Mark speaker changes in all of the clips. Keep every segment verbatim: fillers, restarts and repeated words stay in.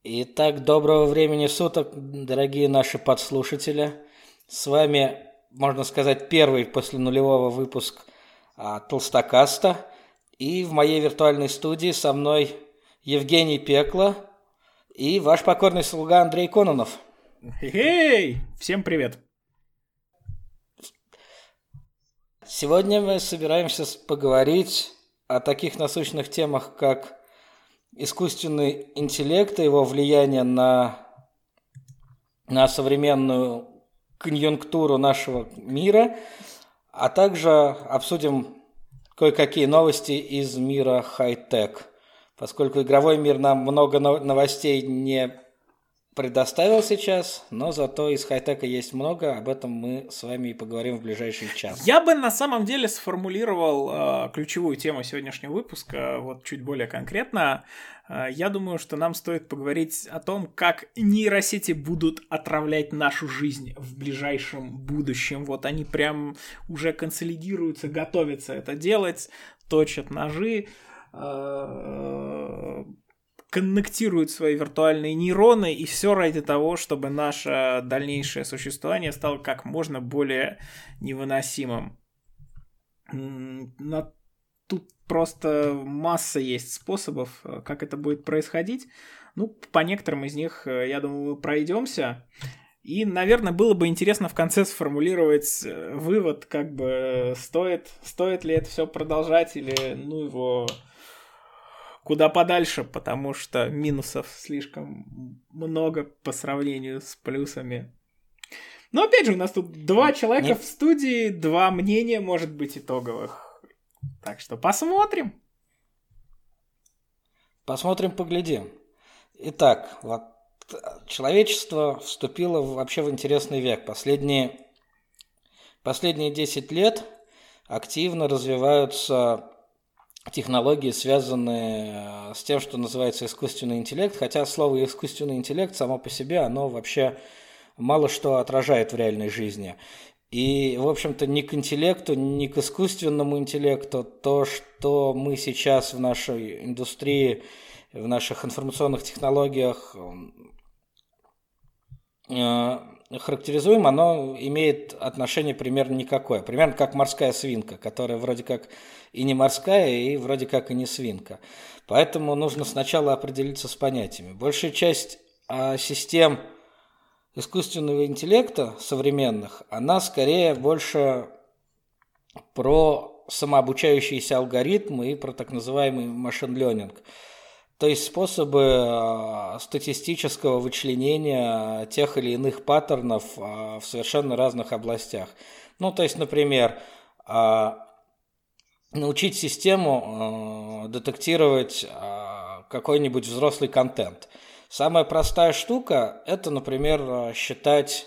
Speaker 1: Итак, доброго времени суток, дорогие наши подслушатели. С вами, можно сказать, первый после нулевого выпуск а, Толстокаста. И в моей виртуальной студии со мной Евгений Пекло и ваш покорный слуга Андрей Кононов.
Speaker 2: Эй, всем привет!
Speaker 1: Сегодня мы собираемся поговорить о таких насущных темах, как искусственный интеллект и его влияние на, на современную конъюнктуру нашего мира, а также обсудим кое-какие новости из мира хай-тек, поскольку игровой мир нам много новостей не предоставил сейчас, но зато из хай-тека есть много, об этом мы с вами и поговорим в ближайший час.
Speaker 2: Я бы на самом деле сформулировал э, ключевую тему сегодняшнего выпуска, вот чуть более конкретно. Э, я думаю, что нам стоит поговорить о том, как нейросети будут отравлять нашу жизнь в ближайшем будущем. Вот они прям уже консолидируются, готовятся это делать, точат ножи, э, коннектируют свои виртуальные нейроны, и все ради того, чтобы наше дальнейшее существование стало как можно более невыносимым. Но тут просто масса есть способов, как это будет происходить. Ну, по некоторым из них, я думаю, мы пройдемся. И, наверное, было бы интересно в конце сформулировать вывод, как бы стоит, стоит ли это все продолжать, или ну его куда подальше, потому что минусов слишком много по сравнению с плюсами. Но опять же, у нас тут два человека Нет. в студии, два мнения, может быть, итоговых. Так что посмотрим.
Speaker 1: Посмотрим, поглядим. Итак, вот человечество вступило вообще в интересный век. Последние, последние десять лет активно развиваются технологии, связанные с тем, что называется искусственный интеллект, хотя слово искусственный интеллект само по себе, оно вообще мало что отражает в реальной жизни. И, в общем-то, ни к интеллекту, ни к искусственному интеллекту то, что мы сейчас в нашей индустрии, в наших информационных технологиях э, характеризуем, оно имеет отношение примерно никакое. Примерно как морская свинка, которая вроде как и не морская, и вроде как и не свинка. Поэтому нужно сначала определиться с понятиями. Большая часть а, систем искусственного интеллекта современных, она скорее больше про самообучающиеся алгоритмы и про так называемый машин-ленинг. То есть способы статистического вычленения тех или иных паттернов в совершенно разных областях. Ну, то есть, например, научить систему детектировать какой-нибудь взрослый контент. Самая простая штука – это, например, считать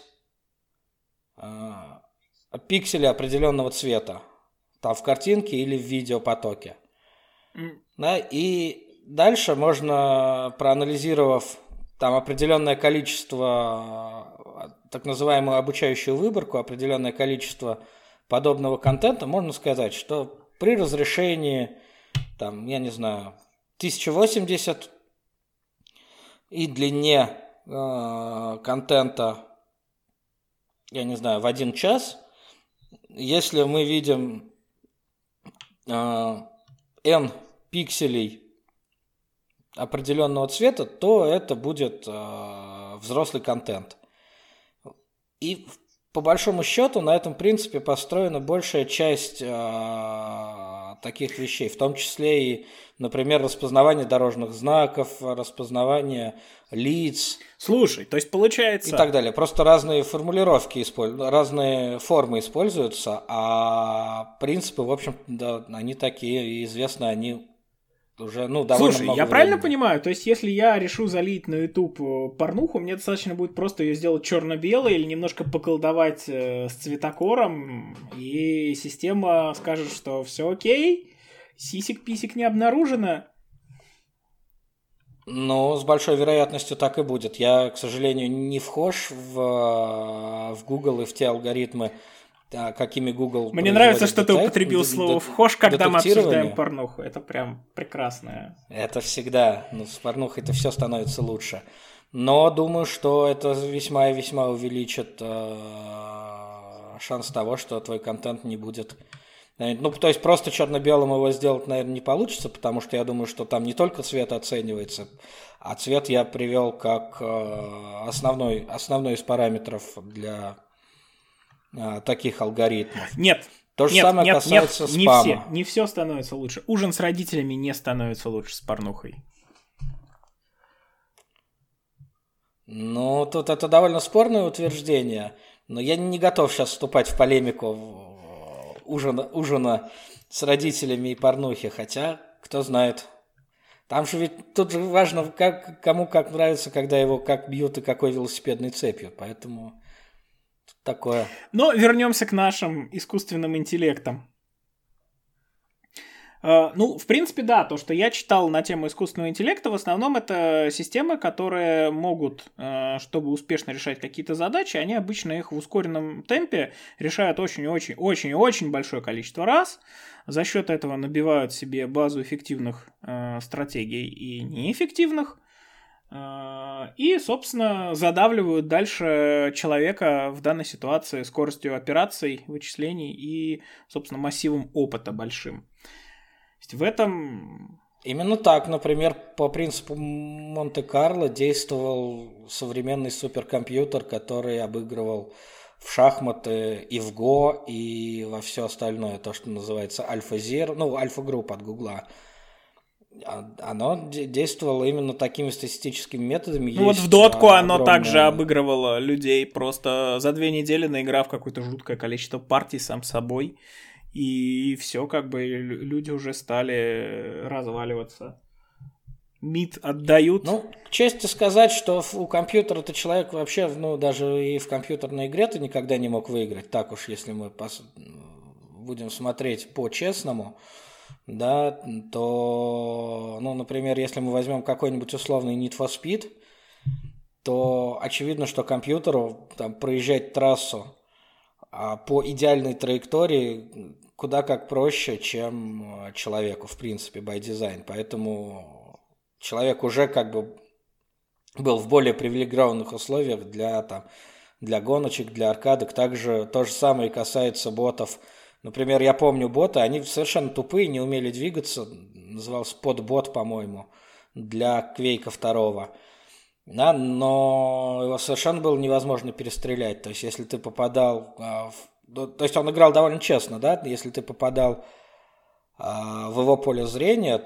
Speaker 1: пиксели определенного цвета там в картинке или в видеопотоке. Mm. Да, и дальше можно, проанализировав там определенное количество, так называемую обучающую выборку, определенное количество подобного контента, можно сказать, что при разрешении, там, я не знаю, тысяча восемьдесят и длине э, контента, я не знаю, в один час, если мы видим э, n пикселей определенного цвета, то это будет э, взрослый контент. И по большому счету на этом принципе построена большая часть э, таких вещей, в том числе и, например, распознавание дорожных знаков, распознавание лиц.
Speaker 2: Слушай, то есть получается...
Speaker 1: И так далее. Просто разные формулировки, используются, разные формы используются, а принципы, в общем, да, они такие, и известны они уже, ну, довольно
Speaker 2: Слушай,
Speaker 1: много
Speaker 2: я
Speaker 1: времени.
Speaker 2: Правильно понимаю? То есть, если я решу залить на YouTube порнуху, мне достаточно будет просто ее сделать черно-белой или немножко поколдовать э, с цветокором, и система скажет, что все окей, сисек-писек не обнаружено.
Speaker 1: Ну, с большой вероятностью так и будет. Я, к сожалению, не вхож в, в Google и в те алгоритмы, какими Google
Speaker 2: Мне нравится, что детек... ты употребил слово «вхож», когда мы обсуждаем порнуху. Это прям прекрасное.
Speaker 1: Это всегда. Ну, с порнухой это все становится лучше. Но думаю, что это весьма и весьма увеличит э, шанс того, что твой контент не будет... Ну, то есть просто черно-белым его сделать, наверное, не получится, потому что я думаю, что там не только цвет оценивается, а цвет я привел как э, основной, основной из параметров для э, таких алгоритмов.
Speaker 2: Нет.
Speaker 1: То же
Speaker 2: нет,
Speaker 1: самое
Speaker 2: нет,
Speaker 1: касается
Speaker 2: нет,
Speaker 1: спама.
Speaker 2: Не все, не все становится лучше. Ужин с родителями не становится лучше с порнухой.
Speaker 1: Ну, тут это довольно спорное утверждение, но я не готов сейчас вступать в полемику ужина, ужина с родителями и порнухи, хотя, кто знает. Там же ведь тут же важно, как, кому как нравится, когда его как бьют и какой велосипедной цепью, поэтому такое.
Speaker 2: Но вернемся к нашим искусственным интеллектам. Ну, в принципе, да, то, что я читал на тему искусственного интеллекта, в основном это системы, которые могут, чтобы успешно решать какие-то задачи, они обычно их в ускоренном темпе решают очень-очень-очень-очень большое количество раз, за счет этого набивают себе базу эффективных стратегий и неэффективных, и, собственно, задавливают дальше человека в данной ситуации скоростью операций, вычислений и, собственно, массивом опыта большим. В этом...
Speaker 1: Именно так, например, по принципу Монте-Карло действовал современный суперкомпьютер, который обыгрывал в шахматы и в Го, и во все остальное, то, что называется AlphaZero, ну, Альфа-групп от Гугла. Оно действовало именно такими статистическими методами.
Speaker 2: Ну вот в дотку огромное... оно также обыгрывало людей, просто за две недели наиграв какое-то жуткое количество партий сам собой. И все, как бы люди уже стали разваливаться. МИД отдают.
Speaker 1: Ну, к чести сказать, что у компьютера-то человек вообще, ну, даже и в компьютерной игре ты никогда не мог выиграть. Так уж, если мы пос... будем смотреть по-честному, да, то, ну, например, если мы возьмем какой-нибудь условный Need for Speed, то очевидно, что компьютеру там проезжать трассу а по идеальной траектории куда как проще, чем человеку, в принципе, by design. Поэтому человек уже как бы был в более привилегированных условиях для, там, для гоночек, для аркадок. Также то же самое касается ботов. Например, я помню боты, они совершенно тупые, не умели двигаться. Назывался подбот, по-моему, для Квейка второго. Да, но его совершенно было невозможно перестрелять. То есть, если ты попадал... А, в... То есть, он играл довольно честно, да? Если ты попадал а, в его поле зрения,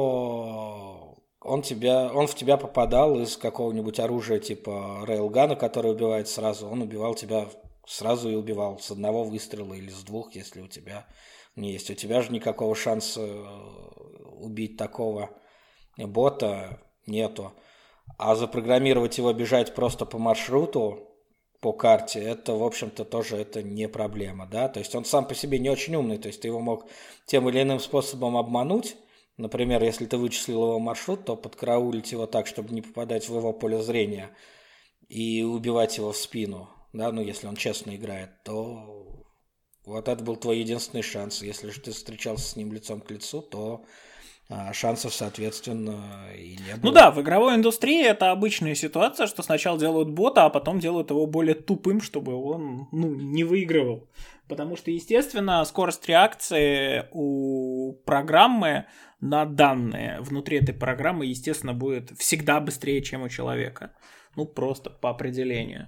Speaker 1: то он, тебя, он в тебя попадал из какого-нибудь оружия типа рейлгана, который убивает сразу. Он убивал тебя сразу и убивал с одного выстрела или с двух, если у тебя не есть. У тебя же никакого шанса убить такого бота нету. А запрограммировать его бежать просто по маршруту, по карте, это, в общем-то, тоже это не проблема, да. То есть он сам по себе не очень умный, то есть ты его мог тем или иным способом обмануть. Например, если ты вычислил его маршрут, то подкараулить его так, чтобы не попадать в его поле зрения и убивать его в спину, да, ну, если он честно играет, то вот это был твой единственный шанс. Если же ты встречался с ним лицом к лицу, то шансов, соответственно, и не было.
Speaker 2: Ну да, в игровой индустрии это обычная ситуация, что сначала делают бота, а потом делают его более тупым, чтобы он, ну, не выигрывал. Потому что, естественно, скорость реакции у программы на данные внутри этой программы, естественно, будет всегда быстрее, чем у человека. Ну, просто по определению.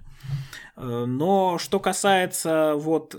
Speaker 2: Но что касается вот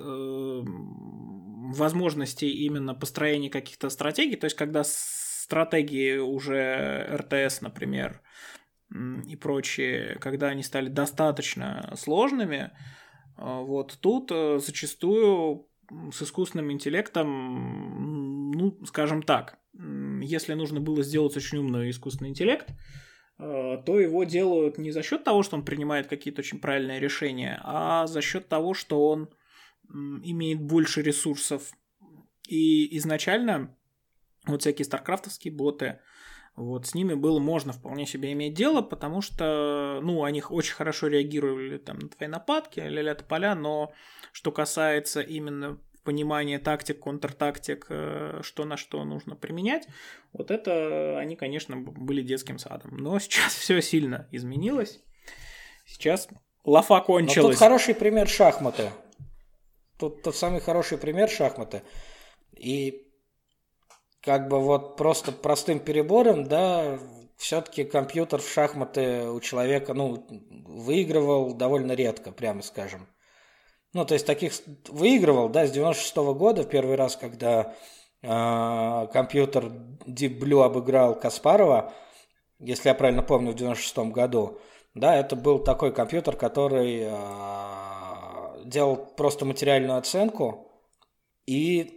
Speaker 2: возможностей именно построения каких-то стратегий, то есть когда стратегии уже эр тэ эс, например, и прочие, когда они стали достаточно сложными, вот тут зачастую с искусственным интеллектом, ну, скажем так, если нужно было сделать очень умный искусственный интеллект, то его делают не за счет того, что он принимает какие-то очень правильные решения, а за счет того, что он имеет больше ресурсов. И изначально вот всякие старкрафтовские боты, Вот с ними было можно вполне себе иметь дело, потому что, ну, они очень хорошо реагировали там на твои нападки, ля-ля тополя, но что касается именно понимания тактик, контртактик, что на что нужно применять, вот это они, конечно, были детским садом. Но сейчас все сильно изменилось. Сейчас лафа кончилась. Но
Speaker 1: тут хороший пример шахматы. Тут тот самый хороший пример шахматы. И как бы вот просто простым перебором, да, все-таки компьютер в шахматы у человека, ну, выигрывал довольно редко, прямо скажем. Ну, то есть таких выигрывал, да, с девяносто шестого года, первый раз, когда э, компьютер Deep Blue обыграл Каспарова, если я правильно помню, в девяносто шестом году, да, это был такой компьютер, который э, делал просто материальную оценку и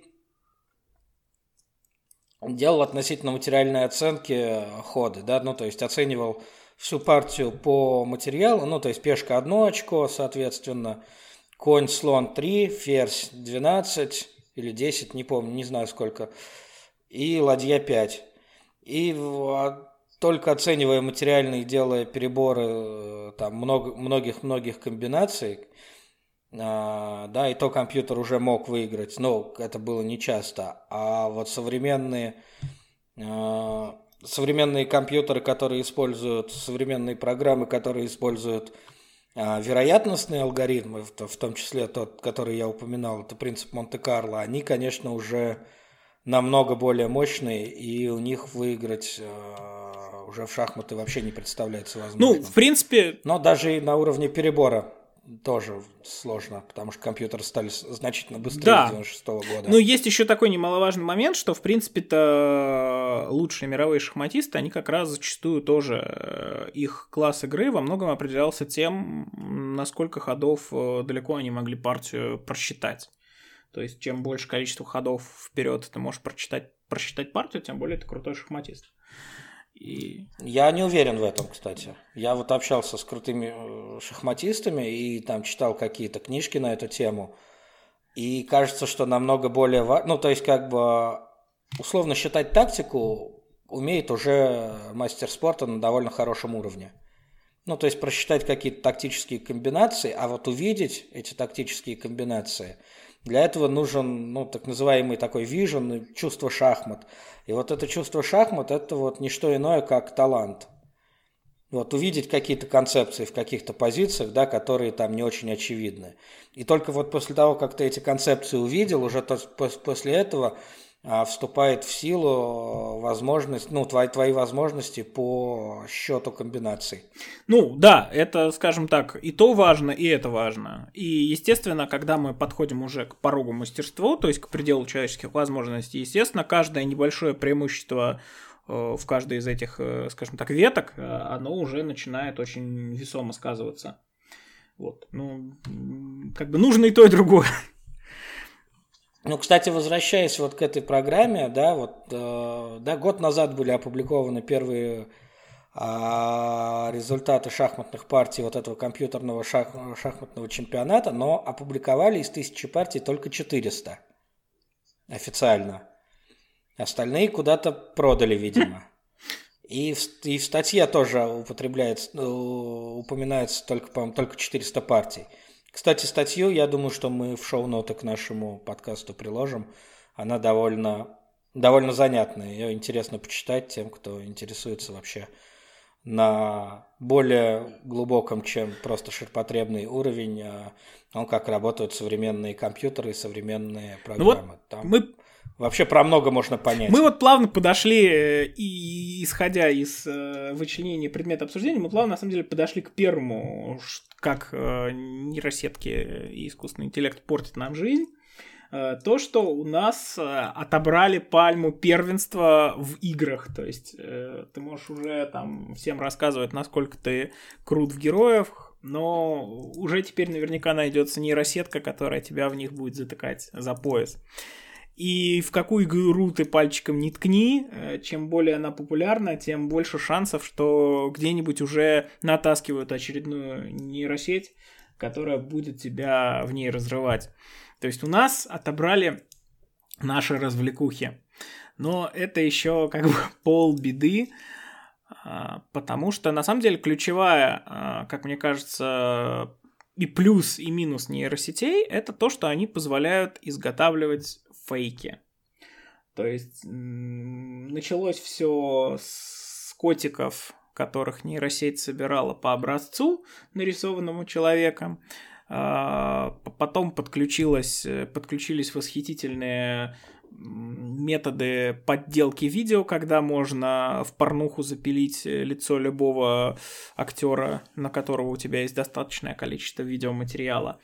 Speaker 1: делал относительно материальной оценки ходы, да, ну, то есть оценивал всю партию по материалу, ну, то есть пешка одно очко, соответственно, конь, слон три, ферзь двенадцать или десять, не помню, не знаю сколько, и ладья пять. И только оценивая материальные, делая переборы там много, многих-многих комбинаций, да, и то компьютер уже мог выиграть, но это было нечасто. А вот современные, современные компьютеры, которые используют, современные программы, которые используют вероятностные алгоритмы, в том числе тот, который я упоминал, это принцип Монте-Карло, они, конечно, уже намного более мощные, и у них выиграть уже в шахматы вообще не представляется возможным.
Speaker 2: Ну, в принципе...
Speaker 1: Но даже и на уровне перебора тоже сложно, потому что компьютеры стали значительно быстрее
Speaker 2: да.
Speaker 1: с девяносто шестого года.
Speaker 2: Ну, есть еще такой немаловажный момент, что, в принципе-то, лучшие мировые шахматисты, они как раз зачастую тоже, их класс игры во многом определялся тем, насколько ходов далеко они могли партию просчитать. То есть, чем больше количество ходов вперед ты можешь прочитать, просчитать партию, тем более ты крутой шахматист. И...
Speaker 1: Я не уверен в этом, кстати. Я вот общался с крутыми шахматистами и там читал какие-то книжки на эту тему. И кажется, что намного более... Ну, то есть, как бы, условно считать тактику умеет уже мастер спорта на довольно хорошем уровне. Ну, то есть, просчитать какие-то тактические комбинации, а вот увидеть эти тактические комбинации, для этого нужен, ну, так называемый такой вижен, чувство шахмат. И вот это чувство шахмат – это вот не что иное, как талант. Вот увидеть какие-то концепции в каких-то позициях, да, которые там не очень очевидны. И только вот после того, как ты эти концепции увидел, уже то, после этого а, вступает в силу возможность, ну, твои, твои возможности по счету комбинаций.
Speaker 2: Ну, да, это, скажем так, и то важно, и это важно. И, естественно, когда мы подходим уже к порогу мастерства, то есть к пределу человеческих возможностей, естественно, каждое небольшое преимущество в каждой из этих, скажем так, веток, оно уже начинает очень весомо сказываться. Вот, ну, как бы нужно и то, и другое.
Speaker 1: Ну, кстати, возвращаясь вот к этой программе, да, вот, э, да, год назад были опубликованы первые э, результаты шахматных партий вот этого компьютерного шах, шахматного чемпионата, но опубликовали из тысячи партий только четыреста официально. Остальные куда-то продали, видимо. И в, и в статье тоже употребляется, упоминается только, по-моему, только четыреста партий. Кстати, статью, я думаю, что мы в шоу-ноты к нашему подкасту приложим. Она довольно, довольно занятная. Ее интересно почитать тем, кто интересуется вообще на более глубоком, чем просто ширпотребный уровень, ну, как работают современные компьютеры и современные программы.
Speaker 2: Ну вот
Speaker 1: Там
Speaker 2: мы...
Speaker 1: вообще про много можно понять.
Speaker 2: Мы вот плавно подошли, и исходя из вычленения предмета обсуждения, мы плавно, на самом деле, подошли к первому, как нейросетки и искусственный интеллект портят нам жизнь. То, что у нас отобрали пальму первенства в играх. То есть ты можешь уже там всем рассказывать, насколько ты крут в героях, но уже теперь наверняка найдется нейросетка, которая тебя в них будет затыкать за пояс. И в какую игру ты пальчиком не ткни, чем более она популярна, тем больше шансов, что где-нибудь уже натаскивают очередную нейросеть, которая будет тебя в ней разрывать. То есть у нас отобрали наши развлекухи. Но это еще как бы полбеды, потому что на самом деле ключевая, как мне кажется, и плюс, и минус нейросетей — это то, что они позволяют изготавливать фейки. То есть началось все с котиков, которых нейросеть собирала по образцу, нарисованному человеком. Потом подключилось, подключились восхитительные методы подделки видео, когда можно в порнуху запилить лицо любого актера, на которого у тебя есть достаточное количество видеоматериала.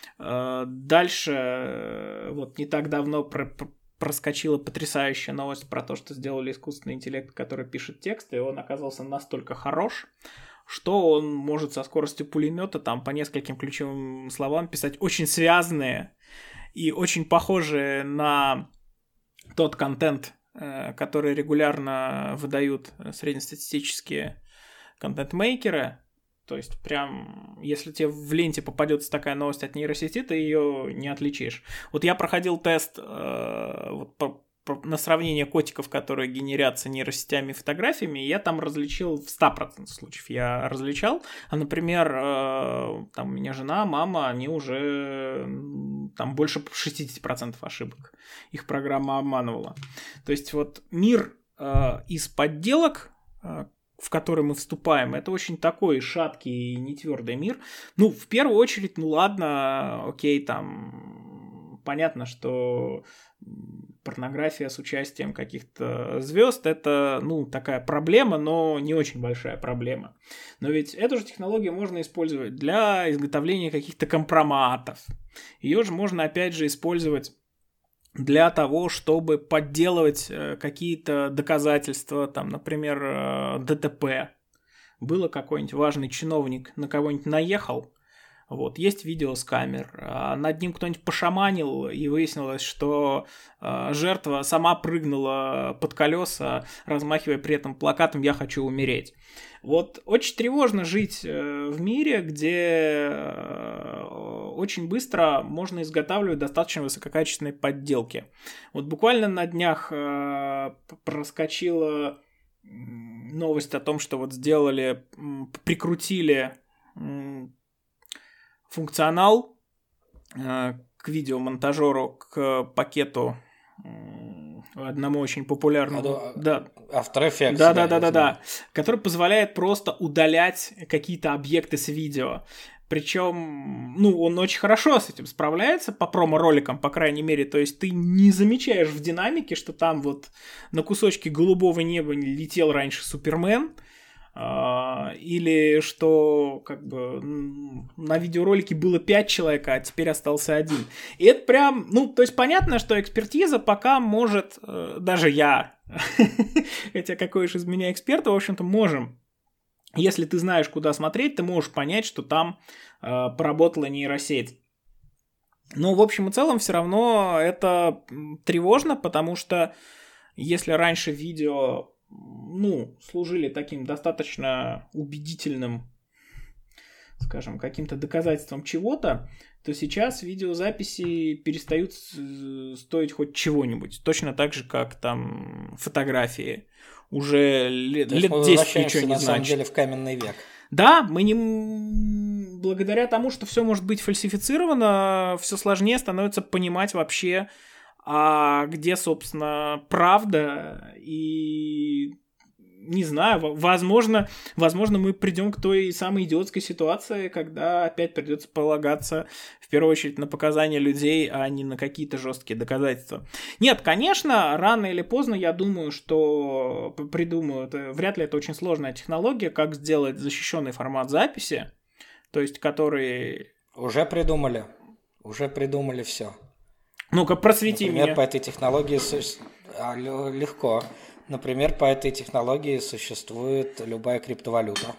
Speaker 2: Дальше, вот не так давно про- проскочила потрясающая новость про то, что сделали искусственный интеллект, который пишет текст, и он оказался настолько хорош, что он может со скоростью пулемета там по нескольким ключевым словам писать очень связанные и очень похожие на тот контент, который регулярно выдают среднестатистические контент-мейкеры. То есть прям, если тебе в ленте попадется такая новость от нейросети, ты ее не отличишь. Вот я проходил тест э, вот, по, по, на сравнение котиков, которые генерятся нейросетями и фотографиями, и я там различил в ста процентах случаев. Я различал, а, например, э, там у меня жена, мама, они уже там больше шестьдесят процентов ошибок. Их программа обманывала. То есть вот мир э, из подделок, э, в который мы вступаем, это очень такой шаткий и нетвердый мир. Ну, в первую очередь, ну ладно, окей, там понятно, что порнография с участием каких-то звезд — это, ну, такая проблема, но не очень большая проблема. Но ведь эту же технологию можно использовать для изготовления каких-то компроматов. Ее же можно, опять же, использовать для того, чтобы подделывать какие-то доказательства, там, например, ДТП. Было какой-нибудь важный чиновник, на кого-нибудь наехал, вот, есть видео с камер, а над ним кто-нибудь пошаманил, и выяснилось, что э, жертва сама прыгнула под колеса, размахивая при этом плакатом «Я хочу умереть». Вот очень тревожно жить э, в мире, где э, очень быстро можно изготавливать достаточно высококачественные подделки. Вот буквально на днях э, проскочила новость о том, что вот сделали, прикрутили функционал э, к видеомонтажеру, к пакету э, одному очень популярному.
Speaker 1: А,
Speaker 2: да.
Speaker 1: After Effects.
Speaker 2: Да, да, да, да, да. Который позволяет просто удалять какие-то объекты с видео. Причем, ну, он очень хорошо с этим справляется по промо-роликам, по крайней мере. То есть ты не замечаешь в динамике, что там вот на кусочке голубого неба летел раньше Супермен, или что как бы на видеоролике было пять человек, а теперь остался один. И это прям, ну, то есть понятно, что экспертиза пока может, даже я, хотя какой уж из меня эксперт, в общем-то, можем. Если ты знаешь, куда смотреть, ты можешь понять, что там э, поработала нейросеть. Но в общем и целом все равно это тревожно, потому что если раньше видео, ну, служили таким достаточно убедительным, скажем, каким-то доказательством чего-то, то сейчас видеозаписи перестают стоить хоть чего-нибудь. Точно так же, как там фотографии. Уже лет, лет десять ничего не значит.
Speaker 1: На самом деле в каменный век.
Speaker 2: Да, мы не... Благодаря тому, что все может быть фальсифицировано, все сложнее становится понимать вообще, а где, собственно, правда. И не знаю, возможно, возможно, мы придем к той самой идиотской ситуации, когда опять придется полагаться в первую очередь на показания людей, а не на какие-то жесткие доказательства. Нет, конечно, рано или поздно, я думаю, что придумают, вряд ли это очень сложная технология, как сделать защищенный формат записи, то есть который...
Speaker 1: Уже придумали, уже придумали все.
Speaker 2: Ну-ка, просвети
Speaker 1: Например,
Speaker 2: меня.
Speaker 1: по этой технологии легко. Например, по этой технологии существует любая криптовалюта.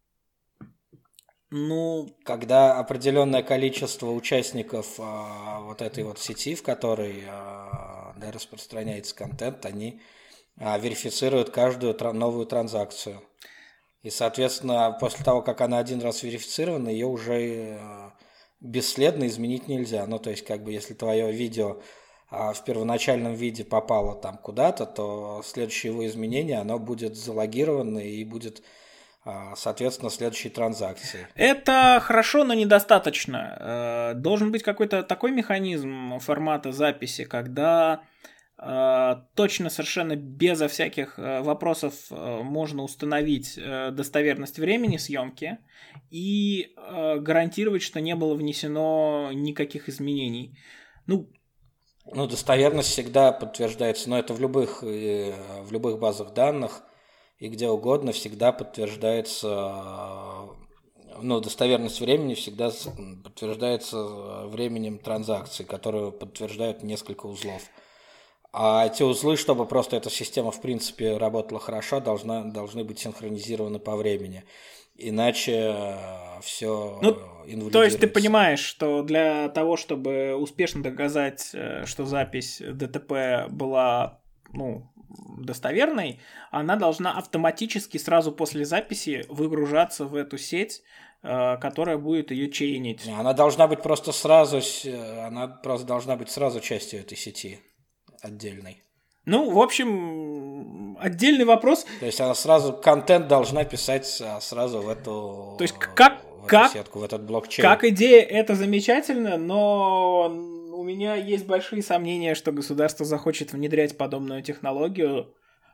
Speaker 2: Ну,
Speaker 1: когда определенное количество участников а, вот этой вот сети, в которой а, да, распространяется контент, они а, верифицируют каждую тра- новую транзакцию. И, соответственно, после того, как она один раз верифицирована, ее уже а, бесследно изменить нельзя. Ну, то есть, как бы, если твое видео в первоначальном виде попало там куда-то, то следующее его изменение, оно будет залогировано и будет, соответственно, следующей транзакции.
Speaker 2: Это хорошо, но недостаточно. Должен быть какой-то такой механизм формата записи, когда точно совершенно безо всяких вопросов можно установить достоверность времени съемки и гарантировать, что не было внесено никаких изменений. Ну,
Speaker 1: ну достоверность всегда подтверждается, но это в любых, в любых базах данных и где угодно всегда подтверждается, ну, достоверность времени всегда подтверждается временем транзакции, которые подтверждают несколько узлов. А эти узлы, чтобы просто эта система в принципе работала хорошо, должна, должны быть синхронизированы по времени. Иначе все
Speaker 2: ну,
Speaker 1: инвалидируется.
Speaker 2: То есть ты понимаешь, что для того, чтобы успешно доказать, что запись ДТП была, ну, достоверной, она должна автоматически сразу после записи выгружаться в эту сеть, которая будет ее чейнить.
Speaker 1: Она должна быть просто сразу, она просто должна быть сразу частью этой сети. Отдельный.
Speaker 2: Ну, в общем, отдельный вопрос.
Speaker 1: То есть она сразу, контент должна писать сразу в эту,
Speaker 2: То есть как,
Speaker 1: в эту
Speaker 2: как,
Speaker 1: сетку, в этот блокчейн.
Speaker 2: Как идея это замечательно, но у меня есть большие сомнения, что государство захочет внедрять подобную технологию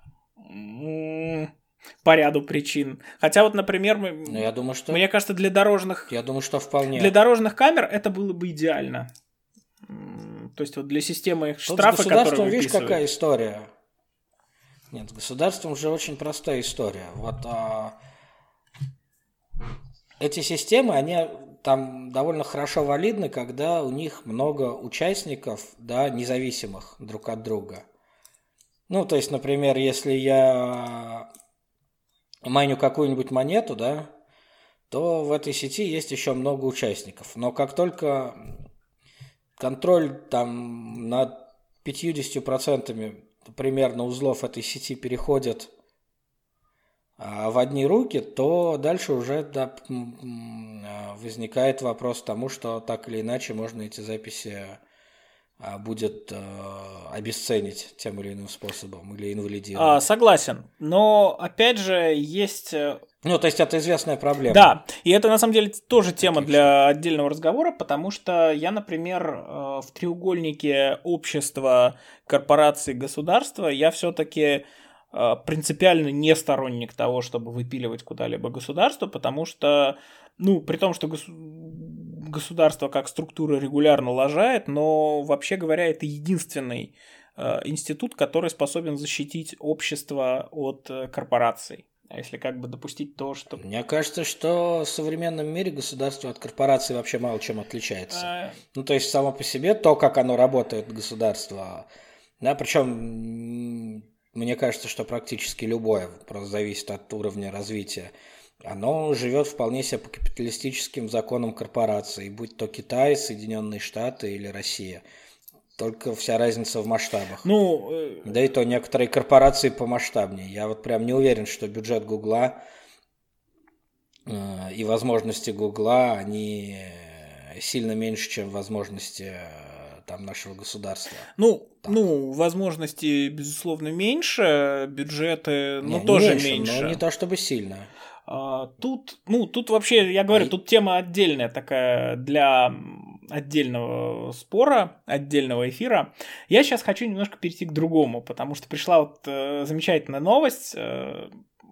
Speaker 2: по ряду причин. Хотя вот, например, мы,
Speaker 1: ну, я думаю, что...
Speaker 2: мне кажется, для дорожных...
Speaker 1: Я думаю, что вполне.
Speaker 2: Для дорожных камер это было бы идеально. То есть вот для системы их
Speaker 1: Тут
Speaker 2: штрафа,
Speaker 1: с государством,
Speaker 2: которые
Speaker 1: видишь, какая история. Нет, с государством уже очень простая история. Вот а, эти системы, они там довольно хорошо валидны, когда у них много участников, да, независимых друг от друга. Ну, то есть, например, если я майню какую-нибудь монету, да, то в этой сети есть еще много участников. Но как только контроль там над пятьюдесятью процентами примерно узлов этой сети переходит а, в одни руки, то дальше уже да, возникает вопрос к тому, что так или иначе можно эти записи а, будет а, обесценить тем или иным способом или инвалидировать.
Speaker 2: А, согласен, но опять же есть...
Speaker 1: Ну, то есть это известная проблема.
Speaker 2: Да, и это на самом деле тоже тема Отлично. Для отдельного разговора, потому что я, например, в треугольнике общества, корпораций, государства, я все-таки принципиально не сторонник того, чтобы выпиливать куда-либо государство, потому что, ну, при том, что гос... государство как структура регулярно лажает, но, вообще говоря, это единственный институт, который способен защитить общество от корпораций. А если как бы допустить то, что...
Speaker 1: Мне кажется, что в современном мире государство от корпорации вообще мало чем отличается. А... Ну, то есть, само по себе, то, как оно работает, государство, да, причем, мне кажется, что практически любое, просто зависит от уровня развития, оно живет вполне себе по капиталистическим законам корпорации, будь то Китай, Соединенные Штаты или Россия. Только вся разница в масштабах.
Speaker 2: Ну, э...
Speaker 1: да и то некоторые корпорации помасштабнее. Я вот прям не уверен, что бюджет Гугла э, и возможности Гугла, они сильно меньше, чем возможности э, там, нашего государства.
Speaker 2: Ну, ну, возможности, безусловно, меньше, бюджеты, ну, не, тоже
Speaker 1: меньше,
Speaker 2: меньше.
Speaker 1: Но не то чтобы сильно.
Speaker 2: А, тут, ну, тут вообще, я говорю, а... тут тема отдельная такая для... отдельного спора, отдельного эфира. Я сейчас хочу немножко перейти к другому, потому что пришла вот э, замечательная новость э,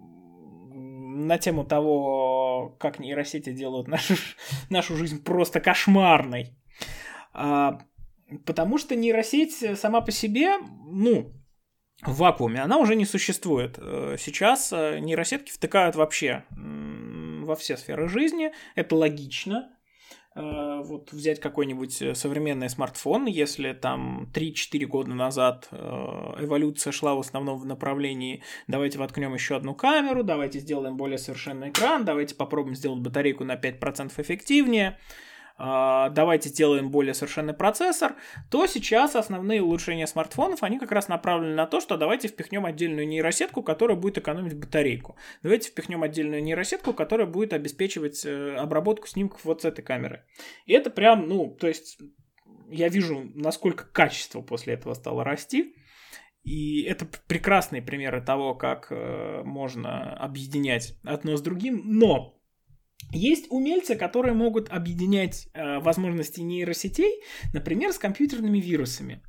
Speaker 2: на тему того, как нейросети делают нашу, нашу жизнь просто кошмарной. А, потому что нейросеть сама по себе, ну, в вакууме, она уже не существует. Сейчас нейросетки втыкают вообще во все сферы жизни. Это логично. Вот взять какой-нибудь современный смартфон, если там три-четыре года назад эволюция шла в основном в направлении давайте воткнем еще одну камеру, давайте сделаем более совершенный экран, давайте попробуем сделать батарейку на пять процентов эффективнее, давайте сделаем более совершенный процессор, то сейчас основные улучшения смартфонов, они как раз направлены на то, что давайте впихнем отдельную нейросетку, которая будет экономить батарейку. Давайте впихнем отдельную нейросетку, которая будет обеспечивать обработку снимков вот с этой камеры. И это прям, ну, то есть я вижу, насколько качество после этого стало расти. И это прекрасные примеры того, как э, можно объединять одно с другим. Но есть умельцы, которые могут объединять э, возможности нейросетей, например, с компьютерными вирусами.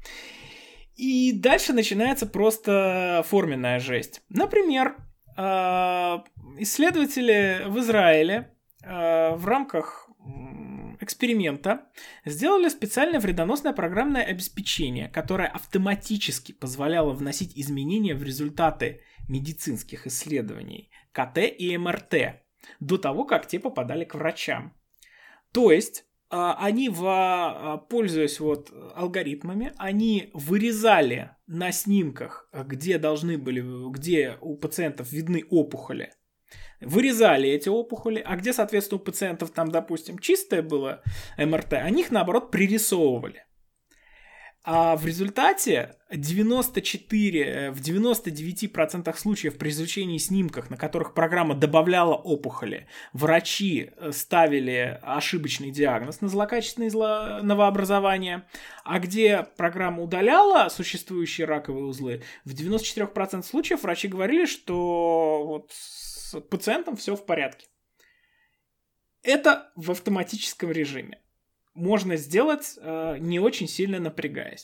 Speaker 2: И дальше начинается просто форменная жесть. Например, э, исследователи в Израиле э, в рамках эксперимента сделали специальное вредоносное программное обеспечение, которое автоматически позволяло вносить изменения в результаты медицинских исследований ка тэ и эм эр тэ до того, как те попадали к врачам. То есть они, пользуясь вот алгоритмами, они вырезали на снимках, где должны были, где у пациентов видны опухоли, вырезали эти опухоли, а где, соответственно, у пациентов там, допустим, чистое было эм эр тэ, они их, наоборот, пририсовывали. А в результате девяносто четыре, в девяноста девяти процентах случаев при изучении снимках, на которых программа добавляла опухоли, врачи ставили ошибочный диагноз на злокачественное новообразование, а где программа удаляла существующие раковые узлы, в девяноста четырёх процентах случаев врачи говорили, что вот с пациентом все в порядке. Это в автоматическом режиме. Можно сделать, э, не очень сильно напрягаясь.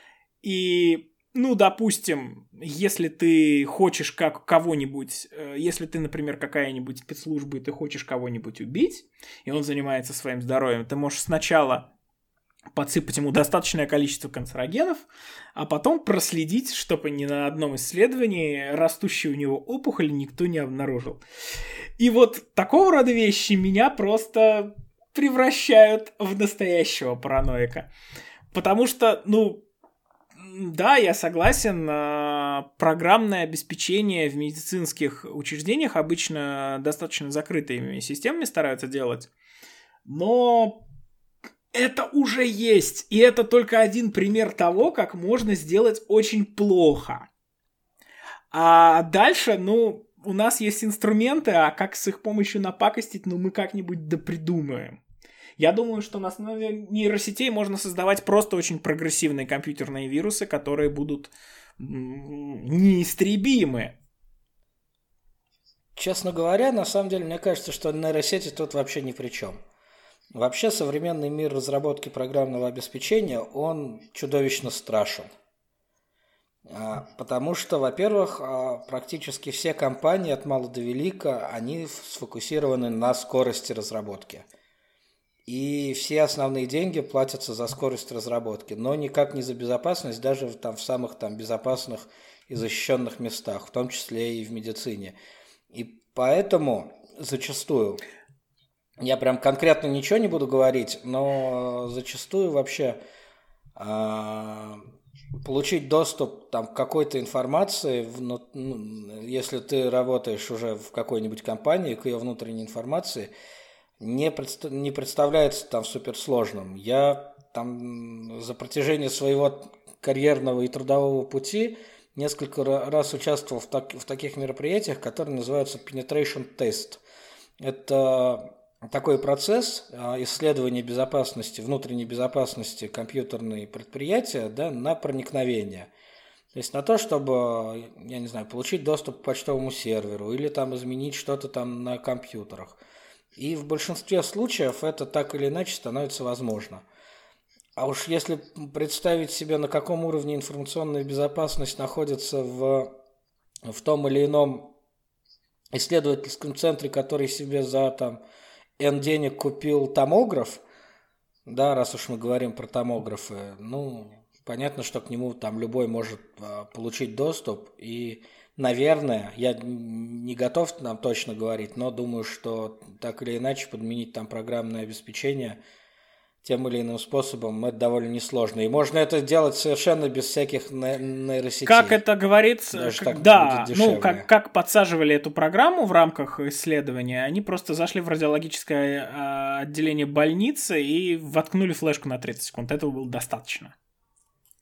Speaker 2: И, ну, допустим, если ты хочешь как кого-нибудь, э, если ты, например, какая-нибудь спецслужба, и ты хочешь кого-нибудь убить, и он занимается своим здоровьем, ты можешь сначала подсыпать ему достаточное количество канцерогенов, а потом проследить, чтобы ни на одном исследовании растущую у него опухоль никто не обнаружил. И вот такого рода вещи меня просто превращают в настоящего параноика. Потому что, ну, да, я согласен, программное обеспечение в медицинских учреждениях обычно достаточно закрытыми системами стараются делать, но это уже есть, и это только один пример того, как можно сделать очень плохо. А дальше, ну, у нас есть инструменты, а как с их помощью напакостить, ну, мы как-нибудь допридумаем. Я думаю, что на основе нейросетей можно создавать просто очень прогрессивные компьютерные вирусы, которые будут неистребимы.
Speaker 1: Честно говоря, на самом деле, мне кажется, что нейросети тут вообще ни при чем. Вообще, современный мир разработки программного обеспечения, он чудовищно страшен. Потому что, во-первых, практически все компании от мала до велика, они сфокусированы на скорости разработки. И все основные деньги платятся за скорость разработки, но никак не за безопасность, даже там, в самых там, безопасных и защищенных местах, в том числе и в медицине. И поэтому зачастую, я прям конкретно ничего не буду говорить, но зачастую вообще э, получить доступ там, к какой-то информации, ну, если ты работаешь уже в какой-нибудь компании, к ее внутренней информации, Не, предста- не представляется там суперсложным. Я там за протяжение своего карьерного и трудового пути несколько раз участвовал в, так- в таких мероприятиях, которые называются penetration test. Это такой процесс исследования безопасности, внутренней безопасности компьютерной предприятия, да, на проникновение. То есть на то, чтобы, я не знаю, получить доступ к почтовому серверу или там изменить что-то там на компьютерах. И в большинстве случаев это так или иначе становится возможно. А уж если представить себе, на каком уровне информационная безопасность находится в, в том или ином исследовательском центре, который себе за там, N денег купил томограф, да, раз уж мы говорим про томографы, ну, понятно, что к нему там любой может а, получить доступ. И, наверное, я не готов нам точно говорить, но думаю, что так или иначе подменить там программное обеспечение тем или иным способом это довольно несложно. И можно это делать совершенно без всяких нейросетей.
Speaker 2: Как это говорится, как, да, ну, как, как подсаживали эту программу в рамках исследования, они просто зашли в радиологическое э, отделение больницы и воткнули флешку на тридцать секунд. Этого было достаточно.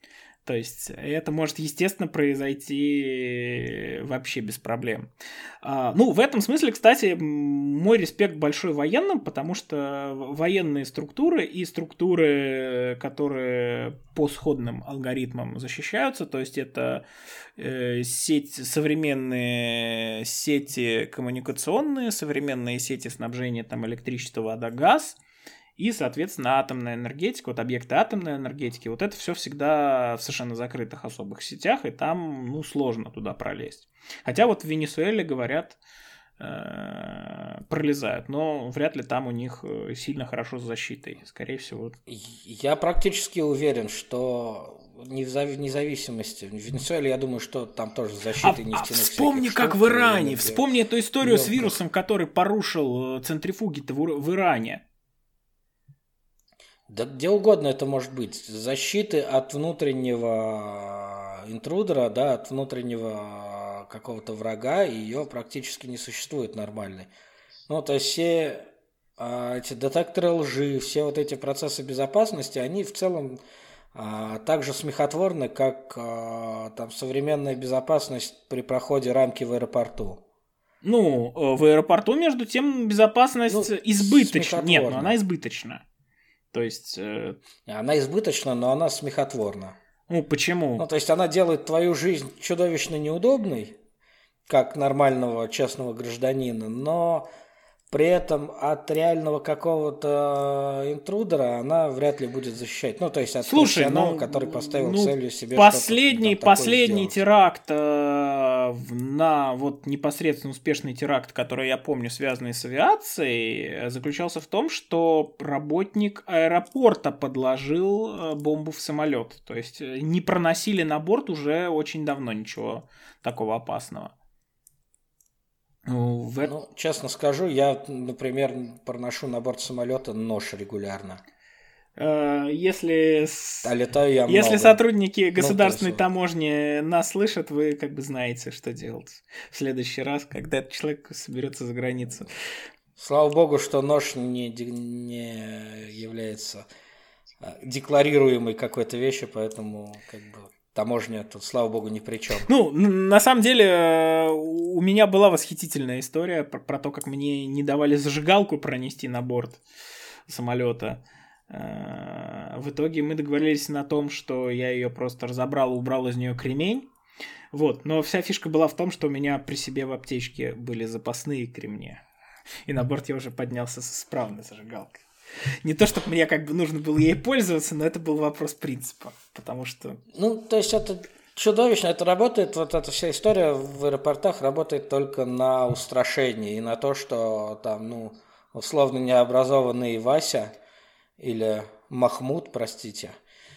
Speaker 2: То есть это может, естественно, произойти вообще без проблем. А, ну, в этом смысле, кстати, мой респект большой военным, потому что военные структуры и структуры, которые по сходным алгоритмам защищаются, то есть это э, сеть, современные сети коммуникационные, современные сети снабжения там, электричества, вода, газ, и, соответственно, атомная энергетика, вот объекты атомной энергетики, вот это все всегда в совершенно закрытых особых сетях, и там, ну, сложно туда пролезть. Хотя вот в Венесуэле, говорят, пролезают, но вряд ли там у них сильно хорошо с защитой, скорее всего.
Speaker 1: Я практически уверен, что не в независимости. В Венесуэле, я думаю, что там тоже защита
Speaker 2: а,
Speaker 1: нефтяных.
Speaker 2: А вспомни, как штук, в Иране, вспомни эту историю с вирусом, который порушил центрифуги-то в, в Иране.
Speaker 1: Да где угодно это может быть. Защиты от внутреннего интрудера, да, от внутреннего какого-то врага, ее практически не существует нормальной. Ну, то есть все а, эти детекторы лжи, все вот эти процессы безопасности, они в целом а, так же смехотворны, как а, там современная безопасность при проходе рамки в аэропорту.
Speaker 2: Ну, в аэропорту, между тем, безопасность ну, избыточна. Нет, но она избыточна. То есть... Э...
Speaker 1: Она избыточна, но она смехотворна.
Speaker 2: Ну, почему?
Speaker 1: Ну, то есть она делает твою жизнь чудовищно неудобной, как нормального честного гражданина, но при этом от реального какого-то интрудера она вряд ли будет защищать. Ну, то есть от
Speaker 2: Слушай,
Speaker 1: профессионала,
Speaker 2: ну,
Speaker 1: который поставил
Speaker 2: ну,
Speaker 1: целью себе
Speaker 2: последний,
Speaker 1: что-то там
Speaker 2: последний теракт э, на вот непосредственно успешный теракт, который я помню, связанный с авиацией, заключался в том, что работник аэропорта подложил бомбу в самолет. То есть не проносили на борт уже очень давно ничего такого опасного.
Speaker 1: В... Ну, честно скажу, я, например, проношу на борт самолета нож регулярно.
Speaker 2: Если,
Speaker 1: а летаю я
Speaker 2: если
Speaker 1: много.
Speaker 2: Сотрудники государственной ну, таможни нас слышат, вы как бы знаете, что делать в следующий раз, когда этот человек соберется за границу.
Speaker 1: Слава богу, что нож не, не является декларируемой какой-то вещью, поэтому как бы... Таможня тут, слава богу, ни при чем.
Speaker 2: Ну, на самом деле, у меня была восхитительная история про, про то, как мне не давали зажигалку пронести на борт самолета. В итоге мы договорились на том, что я ее просто разобрал, убрал из нее кремень. Вот. Но вся фишка была в том, что у меня при себе в аптечке были запасные кремни. И на борт я уже поднялся с исправной зажигалкой. Не то, чтобы мне как бы нужно было ей пользоваться, но это был вопрос принципа, потому что...
Speaker 1: Ну, то есть это чудовищно, это работает, вот эта вся история в аэропортах работает только на устрашение и на то, что там, ну, условно необразованный Вася или Махмуд, простите,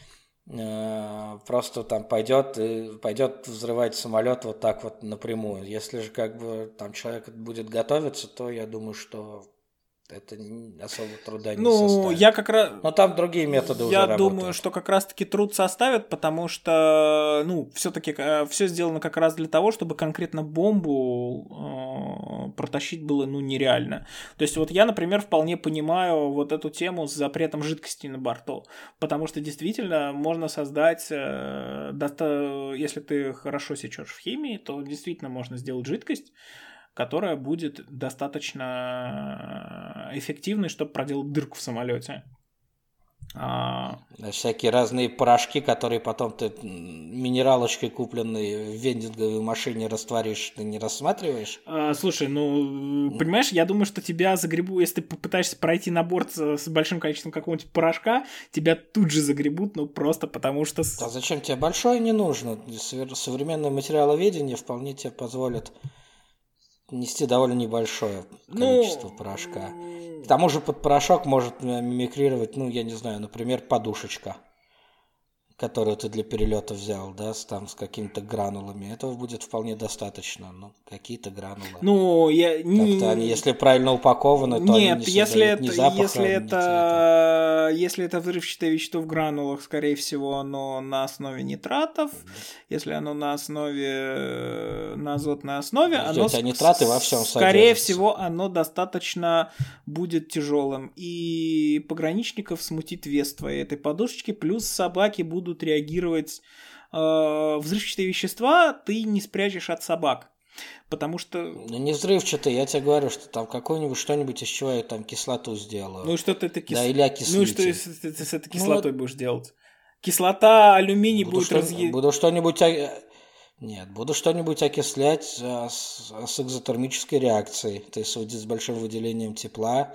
Speaker 1: просто там пойдет, пойдет взрывать самолет вот так вот напрямую. Если же как бы там человек будет готовиться, то я думаю, что... Это особо труда не
Speaker 2: ну,
Speaker 1: составит.
Speaker 2: Я как раз...
Speaker 1: Но там другие методы
Speaker 2: я
Speaker 1: уже работают.
Speaker 2: Я думаю, что как раз-таки труд составят, потому что, ну, все-таки все сделано как раз для того, чтобы конкретно бомбу э, протащить было, ну, нереально. То есть вот я, например, вполне понимаю вот эту тему с запретом жидкости на борту, потому что действительно можно создать, э, доста... если ты хорошо сечешь в химии, то действительно можно сделать жидкость, которая будет достаточно эффективной, чтобы проделать дырку в самолете.
Speaker 1: А... Всякие разные порошки, которые потом ты минералочкой, купленной в вендинговой машине, растворишь, ты не рассматриваешь?
Speaker 2: А, слушай, ну, понимаешь, я думаю, что тебя загребут, если ты попытаешься пройти на борт с большим количеством какого-нибудь порошка, тебя тут же загребут, ну, просто потому что...
Speaker 1: А зачем тебе большое не нужно? Современное материаловедение вполне тебе позволит нести довольно небольшое количество ну, порошка. К тому же под порошок может мимикрировать, ну, я не знаю, например, подушечка, которую ты для перелета взял, да, с, там, с какими-то гранулами. Этого будет вполне достаточно, ну, какие-то гранулы.
Speaker 2: Ну, я...
Speaker 1: Не... они, если правильно упакованы, то
Speaker 2: Нет,
Speaker 1: они не
Speaker 2: если это,
Speaker 1: ни запаха,
Speaker 2: если
Speaker 1: ни
Speaker 2: это,
Speaker 1: цвета.
Speaker 2: Если это взрывчатое вещество в гранулах, скорее всего, оно на основе нитратов. Mm-hmm. Если оно на основе, на азотной основе,
Speaker 1: Ждете,
Speaker 2: оно,
Speaker 1: а нитраты во всем
Speaker 2: скорее
Speaker 1: содержатся.
Speaker 2: всего, оно достаточно будет тяжелым. И пограничников смутит вес твоей этой подушечки, плюс собаки будут реагировать э, взрывчатые вещества ты не спрячешь от собак. Потому что...
Speaker 1: Ну, не взрывчатый, я тебе говорю, что там какой-нибудь что-нибудь из чего я там кислоту сделаю.
Speaker 2: Ну и что ты, ты кис...
Speaker 1: Да, или окислитель.
Speaker 2: Ну и что если ты, ты с этой кислотой ну, будешь делать? Кислота, алюминий
Speaker 1: буду
Speaker 2: будет
Speaker 1: что...
Speaker 2: разъедать.
Speaker 1: Буду что-нибудь... Нет, буду что-нибудь окислять а, с, с экзотермической реакцией, то есть с большим выделением тепла.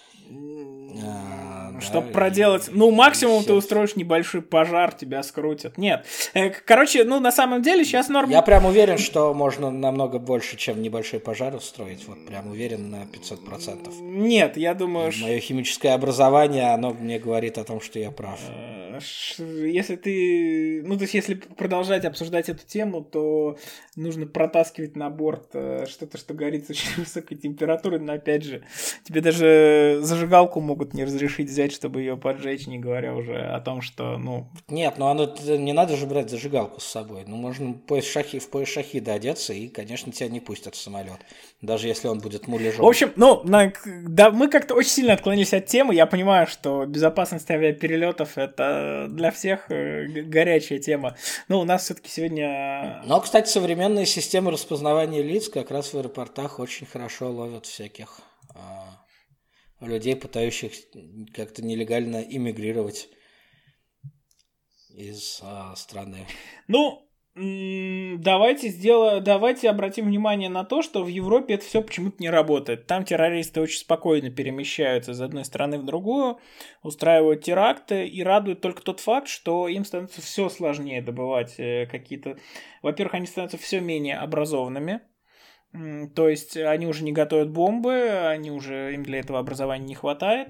Speaker 2: А, Чтобы да, проделать... И, ну, максимум ты устроишь небольшой пожар, тебя скрутят. Нет. Короче, ну, на самом деле сейчас норма...
Speaker 1: Я прям уверен, что можно намного больше, чем небольшой пожар устроить. Вот прям уверен на пятьсот процентов.
Speaker 2: Нет, я думаю...
Speaker 1: И мое химическое образование, оно мне говорит о том, что я прав.
Speaker 2: Если ты... Ну, то есть, если продолжать обсуждать эту тему, то нужно протаскивать на борт что-то, что горит с очень высокой температурой. Но, опять же, тебе даже зажигалку могут не разрешить взять, чтобы ее поджечь, не говоря уже о том, что, ну...
Speaker 1: Нет, ну оно, не надо же брать зажигалку с собой. Ну, можно пояс шахи, в пояс шахида одеться, и, конечно, тебя не пустят в самолет. Даже если он будет муляжом.
Speaker 2: В общем, ну, на, да, мы как-то очень сильно отклонились от темы. Я понимаю, что безопасность авиаперелетов — это для всех горячая тема. Но у нас все-таки сегодня...
Speaker 1: Но, кстати, современные системы распознавания лиц как раз в аэропортах очень хорошо ловят всяких... людей, пытающихся как-то нелегально иммигрировать из а, страны.
Speaker 2: Ну, давайте сделаем, давайте обратим внимание на то, что в Европе это все почему-то не работает. Там террористы очень спокойно перемещаются из одной страны в другую, устраивают теракты, и радует только тот факт, что им становится все сложнее добывать какие-то... Во-первых, они становятся все менее образованными. То есть они уже не готовят бомбы, они уже, им для этого образования не хватает.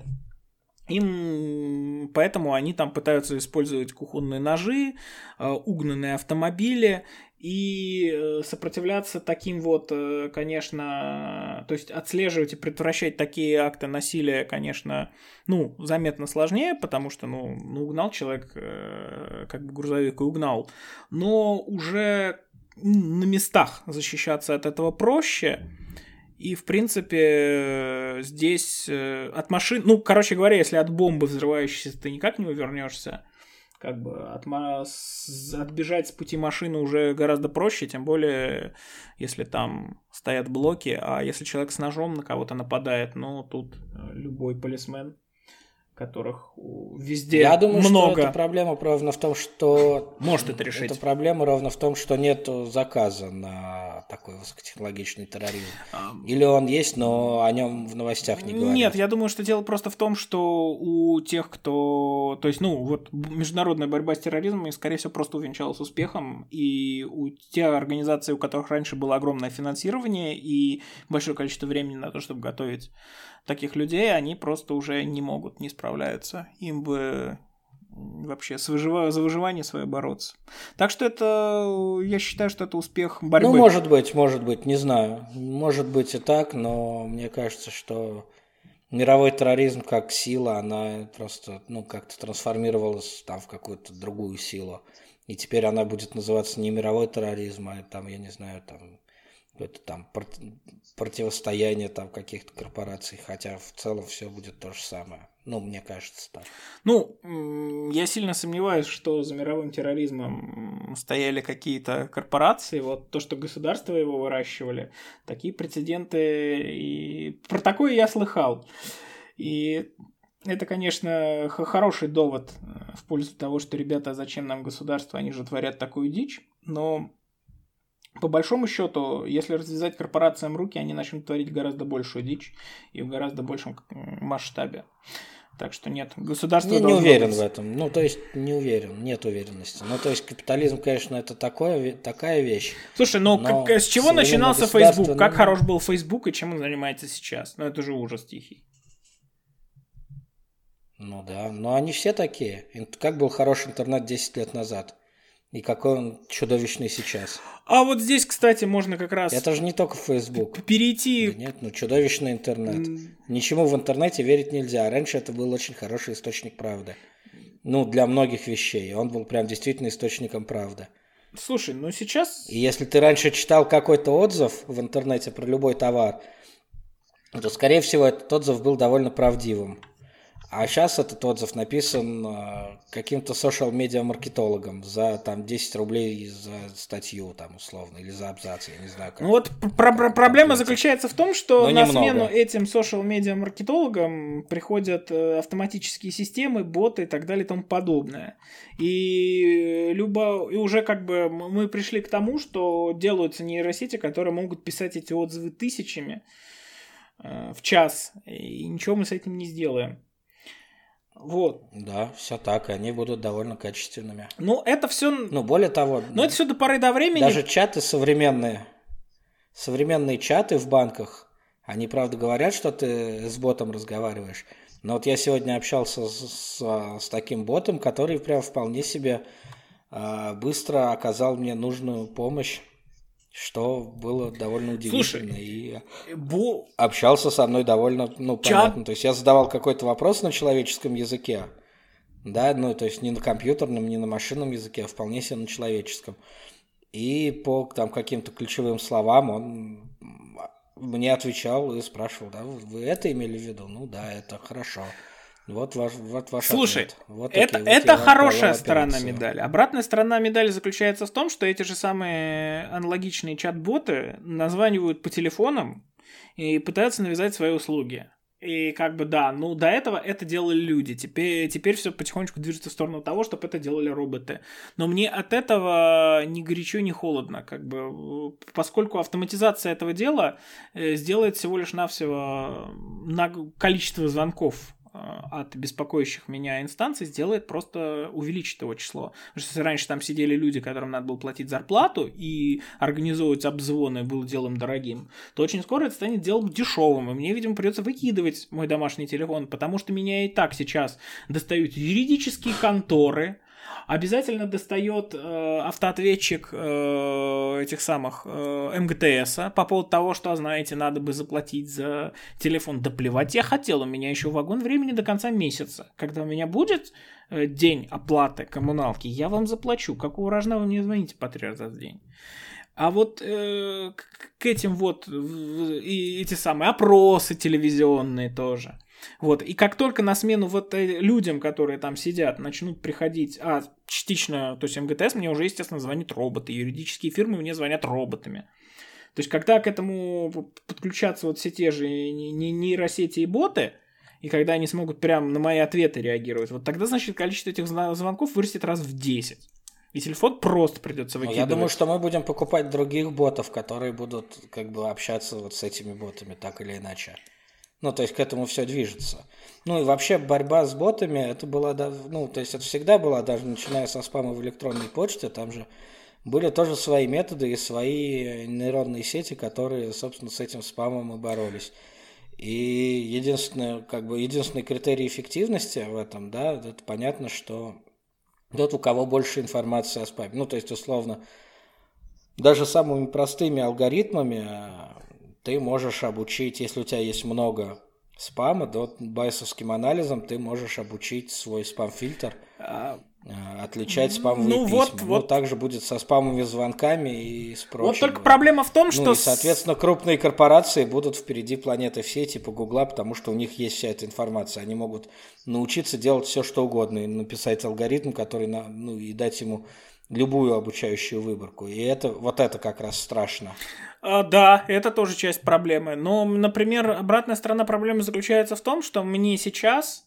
Speaker 2: Им, поэтому они там пытаются использовать кухонные ножи, угнанные автомобили и сопротивляться таким вот, конечно, то есть отслеживать и предотвращать такие акты насилия, конечно, ну, заметно сложнее, потому что, ну, ну угнал человек, как бы грузовик и угнал, но уже на местах защищаться от этого проще. И, в принципе, здесь от машин... Ну, короче говоря, если от бомбы взрывающейся ты никак не увернешься, как бы от... отбежать с пути машины уже гораздо проще, тем более, если там стоят блоки, а если человек с ножом на кого-то нападает, ну, тут любой полисмен, которых везде
Speaker 1: Я думаю,
Speaker 2: много.
Speaker 1: что эта проблема ровно в том, что...
Speaker 2: Может это решить.
Speaker 1: Эта проблема ровно в том, что нет заказа на такой высокотехнологичный терроризм. А... Или он есть, но о нем в новостях не говорят.
Speaker 2: Нет, я думаю, что дело просто в том, что у тех, кто... То есть, ну, вот международная борьба с терроризмом, скорее всего, просто увенчалась успехом. И у тех организаций, у которых раньше было огромное финансирование и большое количество времени на то, чтобы готовить таких людей, они просто уже не могут, не справляются. Им бы вообще с выжив... за выживание свое бороться. Так что это, я считаю, что это успех борьбы.
Speaker 1: Ну, может быть, может быть, не знаю. Может быть и так, но мне кажется, что мировой терроризм как сила, она просто, ну, как-то трансформировалась там в какую-то другую силу. И теперь она будет называться не мировой терроризм, а там, я не знаю, там... это там противостояние там каких-то корпораций, хотя в целом все будет то же самое. Ну, мне кажется так.
Speaker 2: Ну, я сильно сомневаюсь, что за мировым терроризмом стояли какие-то корпорации. Вот то, что государства его выращивали, такие прецеденты, и про такое я слыхал. И это, конечно, хороший довод в пользу того, что, ребята, зачем нам государство, они же творят такую дичь, но... По большому счету, если развязать корпорациям руки, они начнут творить гораздо большую дичь и в гораздо большем масштабе. Так что нет, государство
Speaker 1: не, не уверен быть. В этом. Ну, то есть, не уверен, нет уверенности. Ну, то есть, капитализм, конечно, это такое, такая вещь.
Speaker 2: Слушай, ну, как, с чего начинался Facebook? Как ну... хорош был Facebook и чем он занимается сейчас? Ну, это же ужас тихий.
Speaker 1: Ну да, но они все такие. Как был хорош интернет десять лет назад? И какой он чудовищный сейчас.
Speaker 2: А вот здесь, кстати, можно как раз...
Speaker 1: Это же не только Facebook.
Speaker 2: Перейти...
Speaker 1: Да нет, ну чудовищный интернет. Mm. Ничему в интернете верить нельзя. Раньше это был очень хороший источник правды. Ну, для многих вещей. Он был прям действительно источником правды.
Speaker 2: Слушай, ну сейчас...
Speaker 1: И если ты раньше читал какой-то отзыв в интернете про любой товар, то, скорее всего, этот отзыв был довольно правдивым. А сейчас этот отзыв написан э, каким-то social-медиа-маркетологом за там десять рублей за статью, там, условно, или за абзац, я не знаю, как.
Speaker 2: Ну вот про- про- проблема заключается в том, что
Speaker 1: Но
Speaker 2: на
Speaker 1: немного.
Speaker 2: смену этим social-медиа-маркетологам приходят э, автоматические системы, боты и так далее и тому подобное. И, любо... и уже как бы мы пришли к тому, что делаются нейросети, которые могут писать эти отзывы тысячами э, в час, и ничего мы с этим не сделаем. Вот.
Speaker 1: Да, все так, и они будут довольно качественными.
Speaker 2: Ну, это все.
Speaker 1: Ну, более того,
Speaker 2: Но это все до поры до времени.
Speaker 1: даже чаты современные, современные чаты в банках, они, правда, говорят, что ты с ботом разговариваешь. Но вот я сегодня общался с, с, с таким ботом, который прям вполне себе э, быстро оказал мне нужную помощь, что было довольно удивительно.
Speaker 2: Слушай,
Speaker 1: и
Speaker 2: бо...
Speaker 1: общался со мной довольно, ну, понятно. То есть я задавал какой-то вопрос на человеческом языке, да, ну, то есть не на компьютерном, не на машинном языке, а вполне себе на человеческом. И по там каким-то ключевым словам он мне отвечал и спрашивал, да, вы это имели в виду? Ну да, это хорошо. Вот ваш, вот ваш
Speaker 2: Слушай,
Speaker 1: ответ. Вот
Speaker 2: это,
Speaker 1: такие,
Speaker 2: это
Speaker 1: вот
Speaker 2: хорошая сторона медали. Обратная сторона медали заключается в том, что эти же самые аналогичные чат-боты названивают по телефонам и пытаются навязать свои услуги. И как бы да, ну до этого это делали люди. Теперь, теперь все потихонечку движется в сторону того, чтобы это делали роботы. Но мне от этого ни горячо, ни холодно. Как бы, поскольку автоматизация этого дела сделает всего лишь навсего на количество звонков от беспокоящих меня инстанций, сделает просто увеличит его число. Потому что если раньше там сидели люди, которым надо было платить зарплату, и организовывать обзвоны было делом дорогим, то очень скоро это станет делом дешевым, и мне, видимо, придется выкидывать мой домашний телефон, потому что меня и так сейчас достают юридические конторы, обязательно достает э, автоответчик э, этих самых э, эм гэ тэ эс по поводу того, что, знаете, надо бы заплатить за телефон. Да плевать я хотел, у меня еще вагон времени до конца месяца. Когда у меня будет э, день оплаты коммуналки, я вам заплачу. Какого рожна вы мне звоните по три раза в день? А вот э, к этим вот и эти самые опросы телевизионные тоже. Вот. И как только на смену вот людям, которые там сидят, начнут приходить, а частично, то есть эм гэ тэ эс мне уже, естественно, звонит роботы, юридические фирмы мне звонят роботами. То есть когда к этому подключатся вот все те же нейросети и боты, и когда они смогут прямо на мои ответы реагировать, вот тогда, значит, количество этих звонков вырастет раз в десять. И телефон просто придется выкидывать.
Speaker 1: Я думаю, что мы будем покупать других ботов, которые будут как бы общаться вот с этими ботами так или иначе. Ну, то есть к этому все движется. Ну и вообще борьба с ботами, это была, ну, то есть это всегда была, даже начиная со спама в электронной почте, там же были тоже свои методы и свои нейронные сети, которые, собственно, с этим спамом и боролись. И единственное, как бы, единственный критерий эффективности в этом, да, это понятно, что тот, у кого больше информации о спаме. Ну, то есть, условно, даже самыми простыми алгоритмами ты можешь обучить, если у тебя есть много спама, то байесовским анализом ты можешь обучить свой спам-фильтр а, отличать спамовые
Speaker 2: ну,
Speaker 1: письма.
Speaker 2: Вот,
Speaker 1: ну,
Speaker 2: вот.
Speaker 1: также будет со спамовыми звонками и с прочим.
Speaker 2: Вот только проблема в том, что...
Speaker 1: Ну и, соответственно, крупные корпорации будут впереди планеты всей, типа Гугла, потому что у них есть вся эта информация. Они могут научиться делать все, что угодно, и написать алгоритм, который, ну, и дать ему любую обучающую выборку. И это, вот это как раз страшно.
Speaker 2: А, да, это тоже часть проблемы. Но, например, обратная сторона проблемы заключается в том, что мне сейчас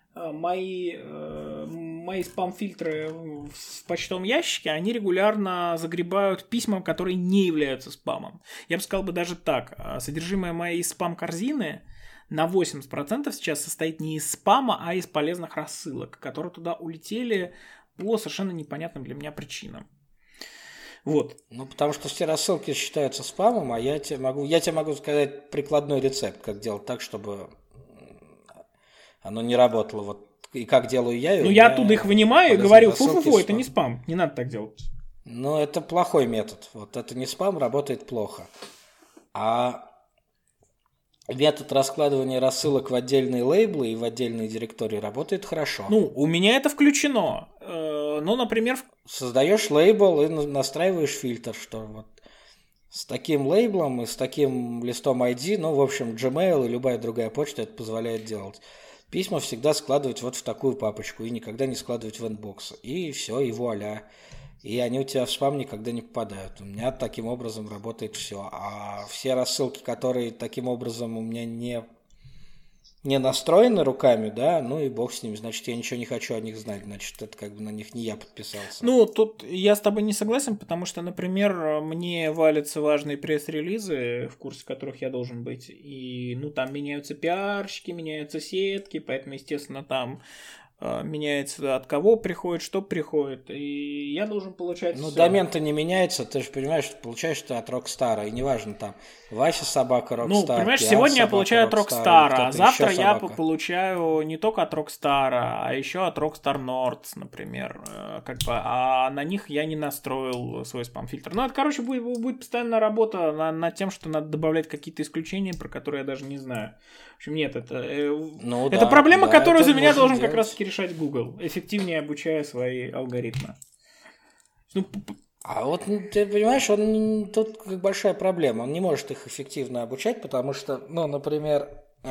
Speaker 2: мои, мои спам-фильтры в почтовом ящике, они регулярно загребают письма, которые не являются спамом. Я бы сказал бы даже так. Содержимое моей спам-корзины на восемьдесят процентов сейчас состоит не из спама, а из полезных рассылок, которые туда улетели по совершенно непонятным для меня причинам. Вот.
Speaker 1: Ну, потому что все рассылки считаются спамом, а я тебе могу, я тебе могу сказать прикладной рецепт, как делать так, чтобы оно не работало. Вот и как делаю я.
Speaker 2: Ну, я оттуда их вынимаю и говорю, фу-фу-фу, это не спам, не надо так делать.
Speaker 1: Ну, это плохой метод. Вот это не спам, работает плохо. А метод раскладывания рассылок в отдельные лейблы и в отдельные директории работает хорошо.
Speaker 2: Ну, у меня это включено. Ну, например...
Speaker 1: Создаешь лейбл и настраиваешь фильтр, что вот с таким лейблом и с таким листом ай ди, ну, в общем, Gmail и любая другая почта это позволяет делать. письма всегда складывать вот в такую папочку и никогда не складывать в инбокс. И все, и вуаля. И они у тебя в спам никогда не попадают. У меня таким образом работает все. А все рассылки, которые таким образом у меня не, не настроены руками, да, ну и бог с ними. Значит, я ничего не хочу о них знать. Значит, это как бы на них не я подписался.
Speaker 2: Ну, тут я с тобой не согласен, потому что, например, мне валятся важные пресс-релизы, в курсе которых я должен быть. И, ну, там меняются пиарщики, меняются сетки, поэтому, естественно, там меняется, от кого приходит, что приходит, и я должен получать.
Speaker 1: Ну,
Speaker 2: всё.
Speaker 1: домен-то не меняется, ты же понимаешь, что получаешь ты от Rockstar, и неважно там, Вася собака Rockstar.
Speaker 2: Ну, понимаешь,
Speaker 1: Пиар,
Speaker 2: сегодня я получаю от Rockstar, а завтра я
Speaker 1: собака.
Speaker 2: получаю не только от Rockstar, а еще от Rockstar Nords, например, как бы, а на них я не настроил свой спам-фильтр. Ну, это, короче, будет, будет постоянная работа над, над тем, что надо добавлять какие-то исключения, про которые я даже не знаю. В общем, нет, это,
Speaker 1: ну,
Speaker 2: это
Speaker 1: да,
Speaker 2: проблема,
Speaker 1: да,
Speaker 2: которую
Speaker 1: это
Speaker 2: за меня должен
Speaker 1: делать.
Speaker 2: как раз-таки решать Google, эффективнее обучая свои алгоритмы. Ну,
Speaker 1: а вот ты понимаешь, он тут как большая проблема, он не может их эффективно обучать, потому что, ну, например,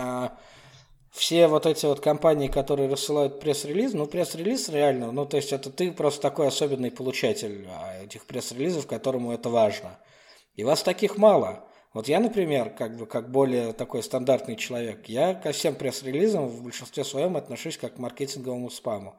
Speaker 1: все вот эти вот компании, которые рассылают пресс-релиз, ну, пресс-релиз реально, ну, то есть это ты просто такой особенный получатель этих пресс-релизов, которому это важно. И вас таких мало. Вот я, например, как бы как более такой стандартный человек, я ко всем пресс-релизам в большинстве своем отношусь как к маркетинговому спаму.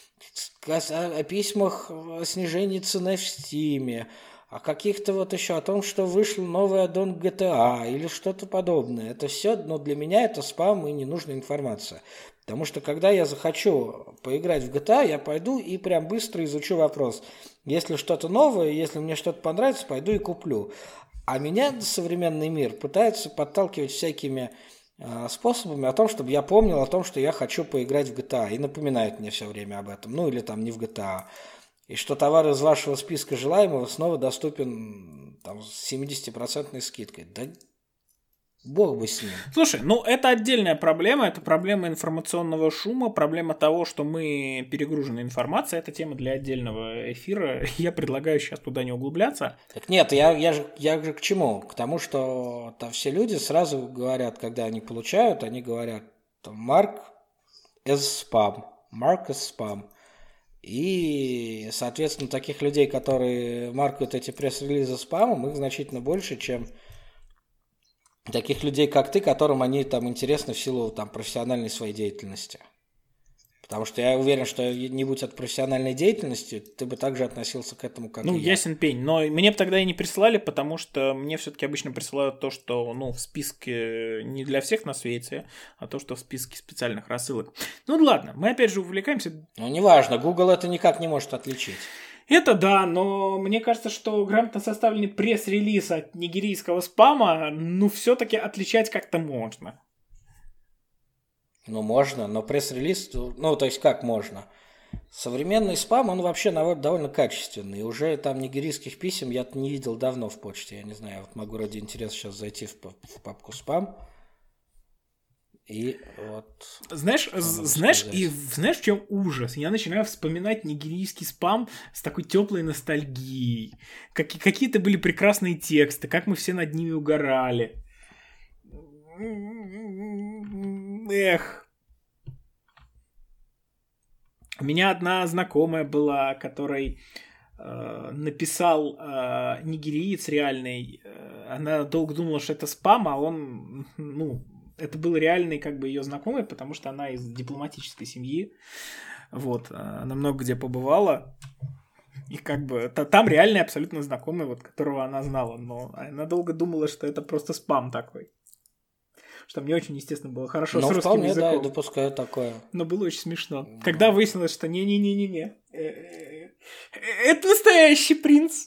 Speaker 1: О письмах о снижении цены в Стиме, о каких-то вот еще, о том, что вышел новый аддон джи ти эй или что-то подобное. Это все, но для меня это спам и ненужная информация. Потому что когда я захочу поиграть в джи ти эй, я пойду и прям быстро изучу вопрос. Если что-то новое, если мне что-то понравится, пойду и куплю. А меня современный мир пытается подталкивать всякими э, способами о том, чтобы я помнил о том, что я хочу поиграть в джи ти эй. И напоминает мне все время об этом. Ну или там не в джи ти эй. И что товар из вашего списка желаемого снова доступен там, с семидесятипроцентной скидкой. Да бог бы с ним.
Speaker 2: Слушай, ну это отдельная проблема, это проблема информационного шума, проблема того, что мы перегружены информацией, это тема для отдельного эфира, я предлагаю сейчас туда не углубляться.
Speaker 1: Так нет, я, я, же, я же к чему? К тому, что там все люди сразу говорят, когда они получают, они говорят, там, mark as spam, mark as spam. И, соответственно, таких людей, которые маркают эти пресс-релизы спамом, их значительно больше, чем таких людей, как ты, которым они там интересны в силу там, профессиональной своей деятельности. Потому что я уверен, что не будь от профессиональной деятельности, ты бы также относился к этому, как
Speaker 2: ну,
Speaker 1: и я.
Speaker 2: ясен пень. Но мне бы тогда и не присылали, потому что мне все-таки обычно присылают то, что ну, в списке не для всех на свете, а то, что в списке специальных рассылок. Ну ладно, мы опять же увлекаемся.
Speaker 1: Ну, неважно, Google это никак не может отличить.
Speaker 2: Это да, но мне кажется, что грамотно составленный пресс-релиз от нигерийского спама, ну, все-таки отличать как-то можно.
Speaker 1: Ну, можно, но пресс-релиз, ну, то есть как можно? Современный спам, он вообще довольно качественный. Уже там нигерийских писем я не видел давно в почте. Я не знаю, я вот могу ради интереса сейчас зайти в, в папку спам. И вот...
Speaker 2: Знаешь, знаешь, и, знаешь, в чем ужас? Я начинаю вспоминать нигерийский спам с такой теплой ностальгией. Как, какие-то были прекрасные тексты, как мы все над ними угорали. Эх. У меня одна знакомая была, которой э, написал э, нигериец реальный. Она долго думала, что это спам, а он, ну, это был реальный как бы ее знакомый, потому что она из дипломатической семьи. Вот, она много где побывала. И как бы там реальный абсолютно знакомый, вот, которого она знала. Но она долго думала, что это просто спам такой. Что мне очень, естественно, было хорошо
Speaker 1: ну,
Speaker 2: с русским
Speaker 1: вполне,
Speaker 2: языком.
Speaker 1: Да, я допускаю такое.
Speaker 2: Но было очень смешно. Ну. Когда выяснилось, что не-не-не-не-не. Это настоящий принц.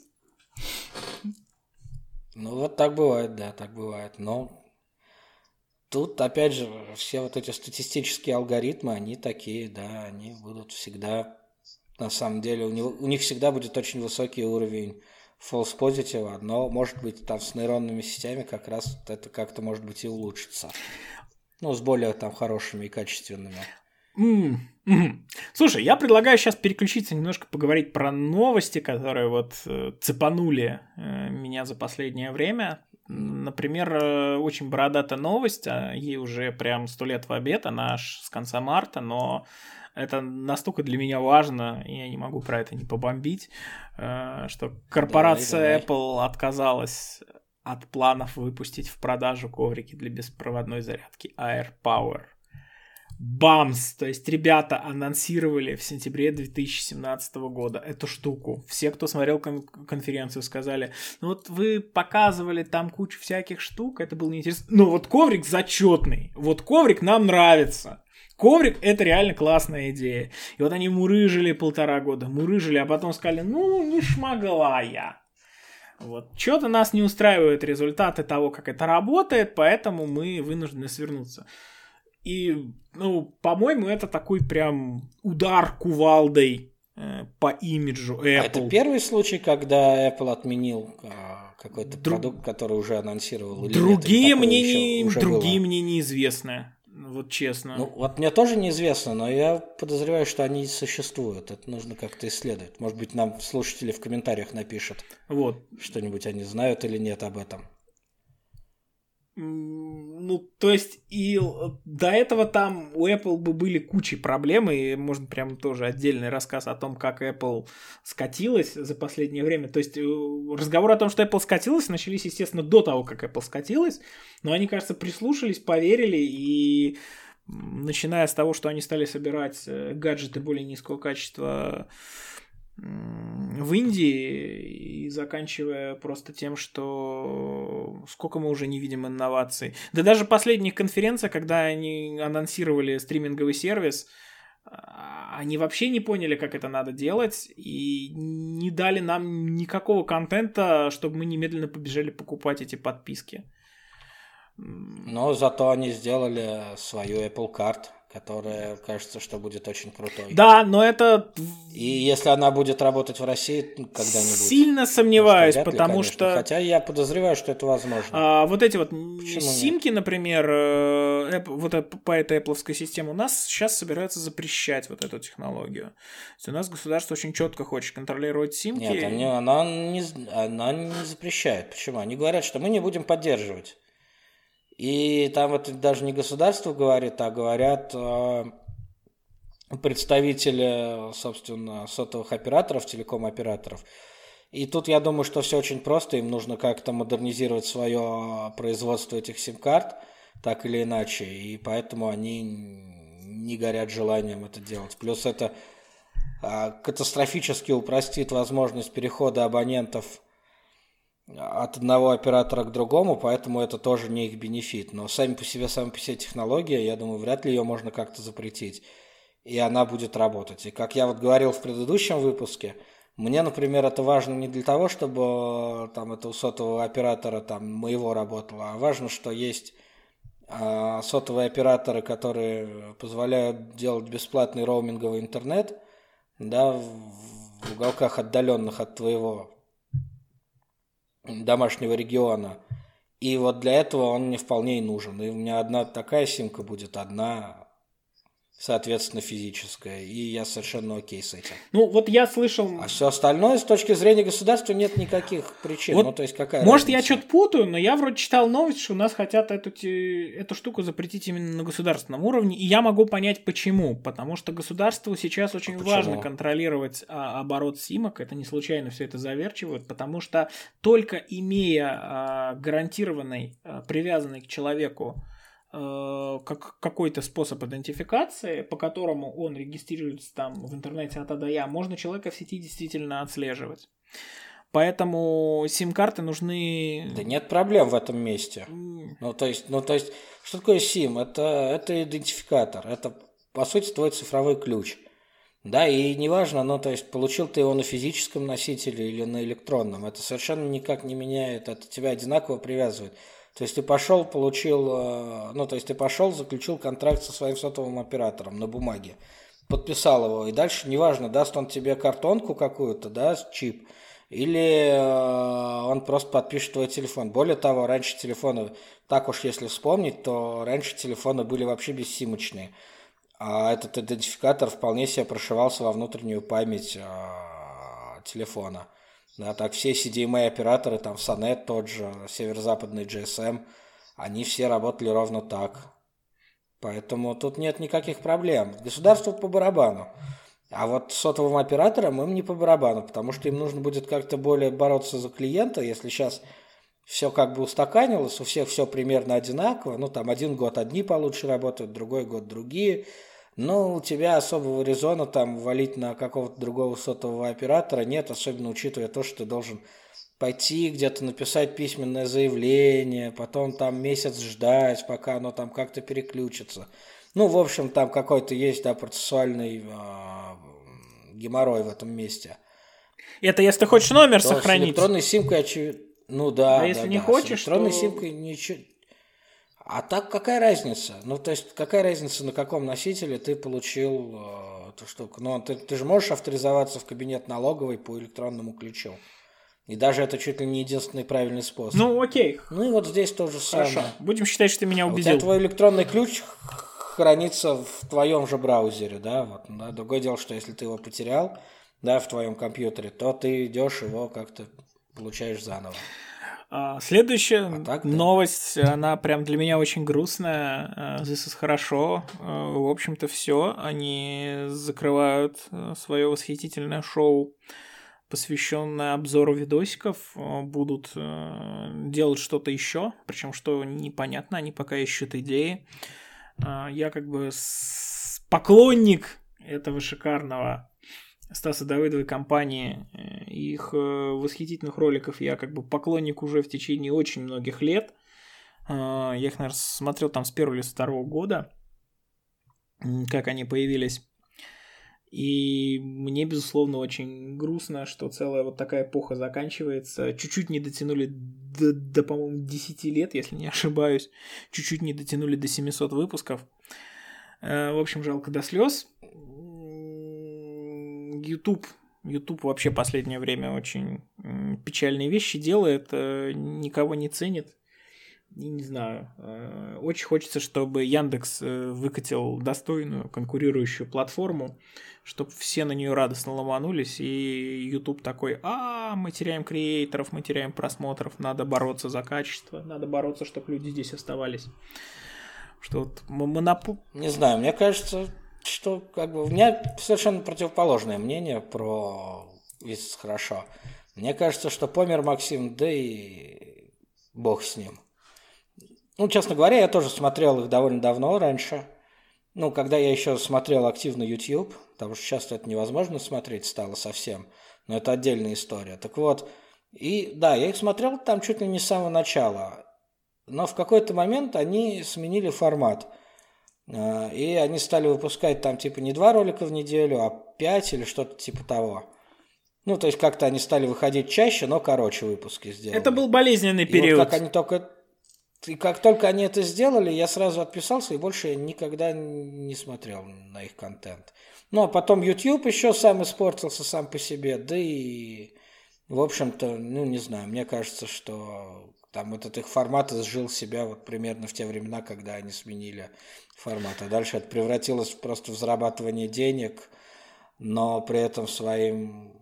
Speaker 1: Ну, вот так бывает, да, так бывает. Но тут, опять же, все вот эти статистические алгоритмы, они такие, да, они будут всегда, на самом деле, у, него, у них всегда будет очень высокий уровень false positive, но, может быть, там с нейронными сетями как раз это как-то, может быть, и улучшится. Ну, с более там хорошими и качественными.
Speaker 2: Mm-hmm. Слушай, я предлагаю сейчас переключиться, немножко поговорить про новости, которые вот э, цепанули э, меня за последнее время. Например, очень бородатая новость, ей уже прям сто лет в обед, она аж с конца марта, но это настолько для меня важно, и я не могу про это не побомбить, что корпорация давай, давай. Apple отказалась от планов выпустить в продажу коврики для беспроводной зарядки AirPower. Бамс! То есть ребята анонсировали в сентябре две тысячи семнадцатого года эту штуку. Все, кто смотрел кон- конференцию, сказали, ну вот вы показывали там кучу всяких штук, это было неинтересно. Но вот коврик зачетный, вот коврик нам нравится. Коврик — это реально классная идея. И вот они мурыжили полтора года, мурыжили, а потом сказали, ну не шмогла я. Вот. Что-то нас не устраивают результаты того, как это работает, поэтому мы вынуждены свернуться. И, ну, по-моему, это такой прям удар кувалдой э, по имиджу Apple. А
Speaker 1: это первый случай, когда Apple отменил э, какой-то Дру... продукт, который уже анонсировал? Или
Speaker 2: другие нет, мне, не... другие мне неизвестны. Вот честно.
Speaker 1: Ну, вот мне тоже неизвестно, но я подозреваю, что они существуют. Это нужно как-то исследовать. Может быть, нам слушатели в комментариях напишут.
Speaker 2: Вот.
Speaker 1: Что-нибудь они знают или нет об этом.
Speaker 2: Ну, то есть, и до этого там у Apple бы были куча проблем, и можно прям тоже отдельный рассказ о том, как Apple скатилась за последнее время. То есть, разговоры о том, что Apple скатилась, начались, естественно, до того, как Apple скатилась, но они, кажется, прислушались, поверили, и начиная с того, что они стали собирать гаджеты более низкого качества в Индии, и заканчивая просто тем, что сколько мы уже не видим инноваций. Да даже последняя конференция, когда они анонсировали стриминговый сервис, они вообще не поняли, как это надо делать, и не дали нам никакого контента, чтобы мы немедленно побежали покупать эти подписки.
Speaker 1: Но зато они сделали свою Apple Card, которая, кажется, что будет очень крутой.
Speaker 2: Да, но это...
Speaker 1: И если она будет работать в России когда-нибудь...
Speaker 2: Сильно сомневаюсь, что потому
Speaker 1: ли,
Speaker 2: что...
Speaker 1: Хотя я подозреваю, что это возможно.
Speaker 2: А, вот эти вот Почему симки, нет? Например, Apple, вот по этой Apple'овской системе у нас сейчас собираются запрещать вот эту технологию. То есть у нас государство очень четко хочет контролировать симки.
Speaker 1: Нет, они, она, не, она не запрещает. Почему? Они говорят, что мы не будем поддерживать. И там это даже не государство говорит, а говорят э, представители, собственно, сотовых операторов, телеком-операторов. И тут я думаю, что все очень просто. Им нужно как-то модернизировать свое производство этих сим-карт, так или иначе. И поэтому они не горят желанием это делать. Плюс это э, катастрофически упростит возможность перехода абонентов от одного оператора к другому, поэтому это тоже не их бенефит. Но сами по себе, сами по себе технология, я думаю, вряд ли ее можно как-то запретить. И она будет работать. И как я вот говорил в предыдущем выпуске, мне, например, это важно не для того, чтобы там это у сотового оператора там моего работало, а важно, что есть э, сотовые операторы, которые позволяют делать бесплатный роуминговый интернет, да, в, в уголках отдаленных от твоего домашнего региона. И вот для этого он мне вполне и нужен. И у меня одна такая симка будет, одна, соответственно, физическая. И я совершенно окей с этим.
Speaker 2: Ну, вот я слышал...
Speaker 1: А все остальное, с точки зрения государства, нет никаких причин.
Speaker 2: Вот,
Speaker 1: ну, то есть, какая
Speaker 2: может,
Speaker 1: разница?
Speaker 2: я что-то путаю, но я вроде читал новость, что у нас хотят эту, эту штуку запретить именно на государственном уровне. И я могу понять, почему. Потому что государству сейчас очень
Speaker 1: а
Speaker 2: важно контролировать а, оборот симок. Это не случайно все это заверчивают. Потому что только имея а, гарантированный, а, привязанный к человеку как какой-то способ идентификации, по которому он регистрируется там в интернете от А до Я, можно человека в сети действительно отслеживать. Поэтому сим-карты нужны...
Speaker 1: Да нет проблем в этом месте. Mm. Ну, то есть, ну, то есть, что такое сим? Это, это идентификатор. Это, по сути, твой цифровой ключ. Да, и неважно, ну, то есть, получил ты его на физическом носителе или на электронном. Это совершенно никак не меняет. Это тебя одинаково привязывает. То есть ты пошел, получил, ну, то есть ты пошел, заключил контракт со своим сотовым оператором на бумаге, подписал его, и дальше неважно, даст он тебе картонку какую-то, да, чип, или он просто подпишет твой телефон. Более того, раньше телефоны, так уж если вспомнить, то раньше телефоны были вообще бессимочные, а этот идентификатор вполне себе прошивался во внутреннюю память телефона. Да, так все си ди эм эй-операторы, там Сонет тот же, северо-западный джи эс эм, они все работали ровно так. Поэтому тут нет никаких проблем. Государству по барабану. А вот сотовым операторам им не по барабану, потому что им нужно будет как-то более бороться за клиента, если сейчас все как бы устаканилось, у всех все примерно одинаково, ну там один год одни получше работают, другой год другие, но у тебя особого резона там валить на какого-то другого сотового оператора нет, особенно учитывая то, что ты должен пойти где-то написать письменное заявление, потом там месяц ждать, пока оно там как-то переключится. Ну, в общем, там какой-то есть, да, процессуальный э, геморрой в этом месте.
Speaker 2: Это если ты хочешь номер
Speaker 1: То
Speaker 2: сохранить.
Speaker 1: С электронной симкой, очевидно. Ну да,
Speaker 2: а
Speaker 1: да,
Speaker 2: если
Speaker 1: да,
Speaker 2: не
Speaker 1: с
Speaker 2: хочешь,
Speaker 1: электронной
Speaker 2: то...
Speaker 1: симкой ничего. А так какая разница? Ну, то есть, какая разница, на каком носителе ты получил э, эту штуку? Ну, ты, ты же можешь авторизоваться в кабинет налоговой по электронному ключу. И даже это чуть ли не единственный правильный способ.
Speaker 2: Ну, окей.
Speaker 1: Ну и вот здесь то же самое.
Speaker 2: Хорошо. Будем считать, что ты меня
Speaker 1: А
Speaker 2: убедил.
Speaker 1: у тебя твой электронный ключ хранится в твоем же браузере, да? Вот, да? Другое дело, что если ты его потерял, да, в твоем компьютере, то ты идешь его как-то получаешь заново.
Speaker 2: Следующая
Speaker 1: а так,
Speaker 2: новость, да. Она прям для меня очень грустная. This is хорошо. В общем-то, все. Они закрывают свое восхитительное шоу, посвященное обзору видосиков. Будут делать что-то еще, причем что непонятно, они пока ищут идеи. Я как бы поклонник этого шикарного Стаса Давыдовой компании, их восхитительных роликов я как бы поклонник уже в течение очень многих лет. Я их, наверное, смотрел там с первого или с второго года, как они появились. И мне, безусловно, очень грустно, что целая вот такая эпоха заканчивается. Чуть-чуть не дотянули до, до по-моему, десяти лет, если не ошибаюсь. Чуть-чуть не дотянули до семисот выпусков. В общем, жалко до слез. YouTube, YouTube вообще в последнее время очень печальные вещи делает, никого не ценит. И не знаю, очень хочется, чтобы Яндекс выкатил достойную конкурирующую платформу, чтобы все на нее радостно ломанулись, и YouTube такой: а, мы теряем креаторов, мы теряем просмотров, надо бороться за качество, надо бороться, чтобы люди здесь оставались. Что вот монопол...
Speaker 1: Не знаю, мне кажется, что как бы у меня совершенно противоположное мнение про «Вис хорошо». Мне кажется, что помер Максим, да и бог с ним. Ну, честно говоря, я тоже смотрел их довольно давно раньше. Ну, когда я еще смотрел активно YouTube, потому что часто это невозможно смотреть стало совсем. Но это отдельная история. Так вот, и да, я их смотрел там чуть ли не с самого начала. Но в какой-то момент они сменили формат. И они стали выпускать там типа не два ролика в неделю, а пять или что-то типа того. Ну, то есть как-то они стали выходить чаще, но короче выпуски сделали.
Speaker 2: Это был болезненный
Speaker 1: и
Speaker 2: период.
Speaker 1: Вот как они только... И как только они это сделали, я сразу отписался и больше никогда не смотрел на их контент. Ну, а потом YouTube еще сам испортился сам по себе, да и, в общем-то, ну, не знаю, мне кажется, что там этот их формат изжил себя вот примерно в те времена, когда они сменили формат. А дальше это превратилось просто в зарабатывание денег, но при этом своим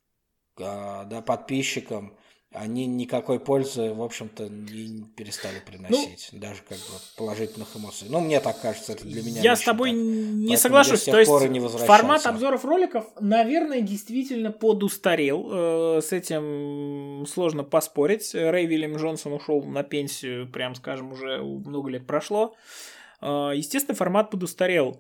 Speaker 1: да, подписчикам они никакой пользы, в общем-то, не перестали приносить, ну, даже как бы положительных эмоций. Ну, мне так кажется, это для меня.
Speaker 2: Я с тобой
Speaker 1: так.
Speaker 2: не
Speaker 1: Поэтому
Speaker 2: соглашусь. То есть формат
Speaker 1: возвращался.
Speaker 2: обзоров роликов, наверное, действительно подустарел. С этим сложно поспорить. Рэй Вильям Джонсон ушел на пенсию, прям скажем, уже много лет прошло. Естественно, формат подустарел.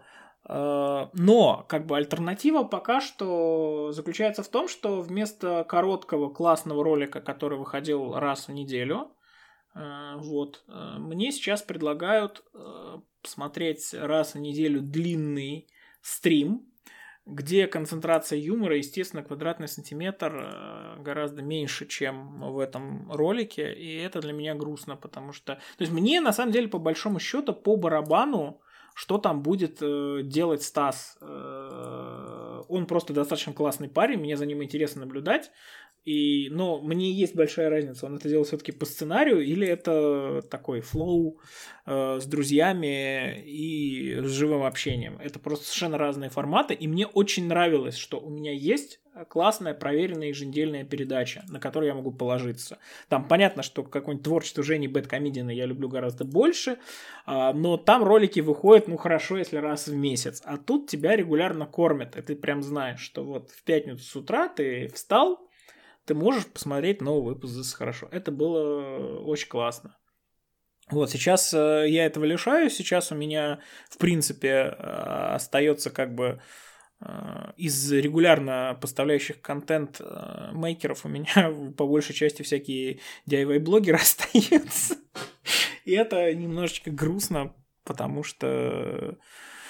Speaker 2: Но как бы альтернатива пока что заключается в том, что вместо короткого классного ролика, который выходил раз в неделю, вот, мне сейчас предлагают смотреть раз в неделю длинный стрим, где концентрация юмора, естественно, квадратный сантиметр гораздо меньше, чем в этом ролике, и это для меня грустно, потому что... То есть мне, на самом деле, по большому счету, по барабану, что там будет э, делать Стас. Э, он просто достаточно классный парень, мне за ним интересно наблюдать. И, ну, мне есть большая разница, он это делал все-таки по сценарию или это такой флоу э, с друзьями и с живым общением. Это просто совершенно разные форматы, и мне очень нравилось, что у меня есть классная, проверенная еженедельная передача, на которую я могу положиться. Там понятно, что какое-нибудь творчество Жени Бэдкомедиана я люблю гораздо больше, э, но там ролики выходят, ну, хорошо, если раз в месяц. А тут тебя регулярно кормят, и ты прям знаешь, что вот в пятницу с утра ты встал, ты можешь посмотреть новый выпуск «This is хорошо». Это было очень классно. Вот, сейчас э, я этого лишаюсь. Сейчас у меня, в принципе, э, остается как бы э, из регулярно поставляющих контент э, мейкеров у меня по большей части всякие ди ай вай-блогеры остаются. И это немножечко грустно, потому что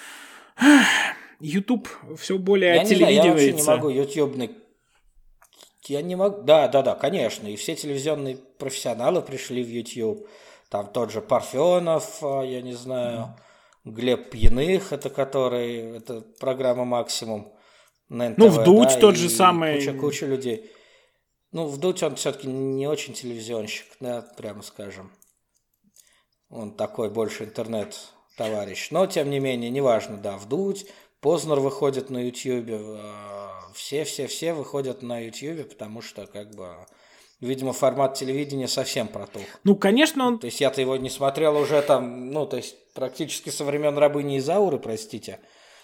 Speaker 2: YouTube все более телевидивается.
Speaker 1: Я вообще не могу ютубный... Я не могу... Да, да, да, конечно. И все телевизионные профессионалы пришли в YouTube. Там тот же Парфенов, я не знаю, Глеб Пьяных, это который... Это программа «Максимум» на эн тэ вэ.
Speaker 2: Ну, Вдудь
Speaker 1: да,
Speaker 2: тот же самый.
Speaker 1: Куча, куча людей. Ну, Вдудь, он все-таки не очень телевизионщик, да, прямо скажем. Он такой больше интернет-товарищ. Но, тем не менее, неважно, да, Вдудь, Познер выходит на YouTube, все-все-все выходят на YouTube, потому что, как бы, видимо, формат телевидения совсем протух.
Speaker 2: Ну, конечно, он...
Speaker 1: То есть я-то его не смотрел уже там, ну, то есть практически со времен рабыни Изауры, простите.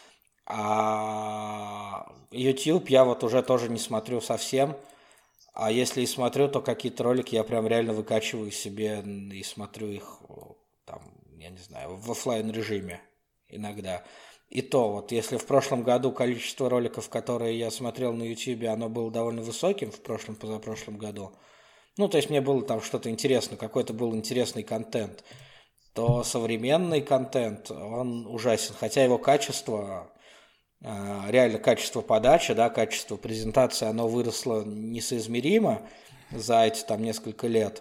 Speaker 1: А YouTube я вот уже тоже не смотрю совсем. А если и смотрю, то какие-то ролики я прям реально выкачиваю себе и смотрю их, там, я не знаю, в офлайн режиме иногда. И то, вот если в прошлом году количество роликов, которые я смотрел на YouTube, оно было довольно высоким, в прошлом, позапрошлом году, ну, то есть мне было там что-то интересно, какой-то был интересный контент, то современный контент, он ужасен. Хотя его качество, реально качество подачи, да, качество презентации, оно выросло несоизмеримо за эти там несколько лет,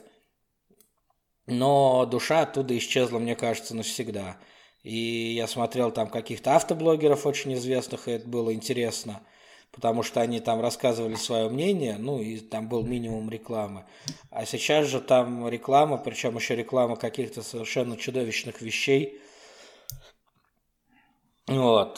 Speaker 1: но душа оттуда исчезла, мне кажется, навсегда. И я смотрел там каких-то автоблогеров очень известных, и это было интересно, потому что они там рассказывали свое мнение, ну и там был минимум рекламы. А сейчас же там реклама, причем еще реклама каких-то совершенно чудовищных вещей. Вот.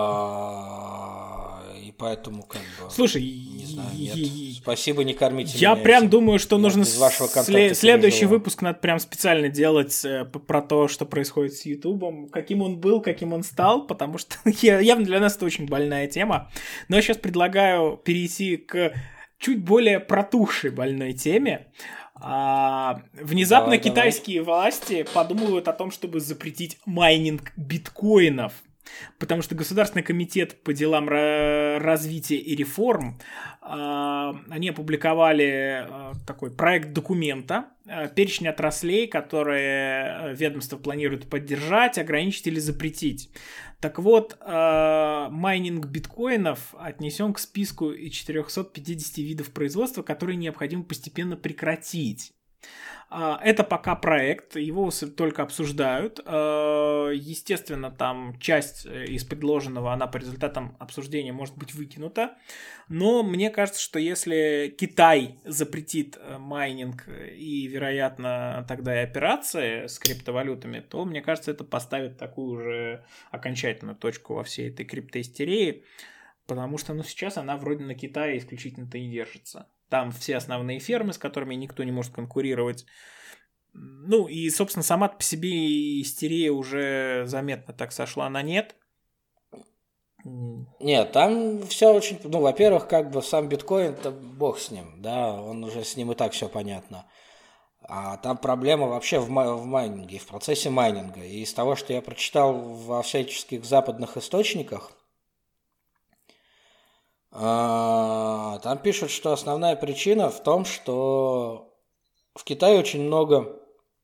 Speaker 1: А... И поэтому как бы...
Speaker 2: Слушай,
Speaker 1: не знаю, нет. Спасибо, не кормите
Speaker 2: я
Speaker 1: меня
Speaker 2: прям
Speaker 1: этим.
Speaker 2: думаю, что
Speaker 1: Я
Speaker 2: нужно сле- следующий
Speaker 1: переживу.
Speaker 2: выпуск надо прям специально делать э, про то, что происходит с Ютубом, каким он был, каким он стал, потому что явно для нас это очень больная тема. Но я сейчас предлагаю перейти к чуть более протухшей больной теме. А, внезапно
Speaker 1: Давай,
Speaker 2: китайские давай. власти подумывают о том, чтобы запретить майнинг биткоинов. Потому что Государственный комитет по делам развития и реформ, они опубликовали такой проект документа, перечень отраслей, которые ведомство планирует поддержать, ограничить или запретить. Так вот, майнинг биткоинов отнесен к списку четырехсот пятидесяти видов производства, которые необходимо постепенно прекратить. Это пока проект, его только обсуждают. Естественно, там часть из предложенного, она по результатам обсуждения может быть выкинута. Но мне кажется, что если Китай запретит майнинг и, вероятно, тогда и операции с криптовалютами, то, мне кажется, это поставит такую же окончательную точку во всей этой криптоистерии. Потому что, ну, сейчас она вроде на Китае исключительно-то и держится. Там все основные фермы, с которыми никто не может конкурировать. Ну, и, собственно, сама по себе истерия уже заметно так сошла на нет.
Speaker 1: Нет, там все очень... Ну, во-первых, как бы сам биткоин-то бог с ним, да, он уже с ним и так все понятно. А там проблема вообще в, ма- в майнинге, в процессе майнинга. И из того, что я прочитал во всяческих западных источниках, там пишут, что основная причина в том, что в Китае очень много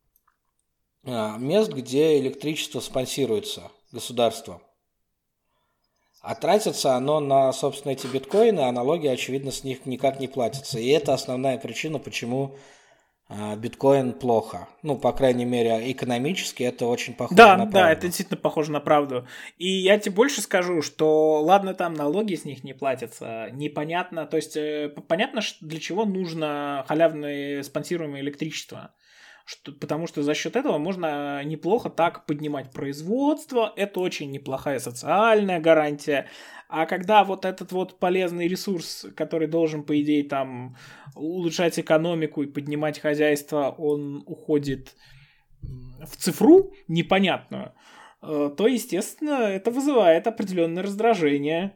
Speaker 1: мест, где электричество спонсируется государством. А тратится оно на, собственно, эти биткоины, а налоги, очевидно, с них никак не платятся. И это основная причина, почему биткоин плохо. Ну, по крайней мере, экономически это очень похоже
Speaker 2: да,
Speaker 1: на правду.
Speaker 2: Да, это действительно похоже на правду. И я тебе больше скажу, что ладно, там налоги с них не платятся, непонятно, то есть понятно, для чего нужно халявное спонсируемое электричество. Что, потому что за счет этого можно неплохо так поднимать производство, это очень неплохая социальная гарантия. А когда вот этот вот полезный ресурс, который должен, по идее, там улучшать экономику и поднимать хозяйство, он уходит в цифру непонятную, то, естественно, это вызывает определенное раздражение.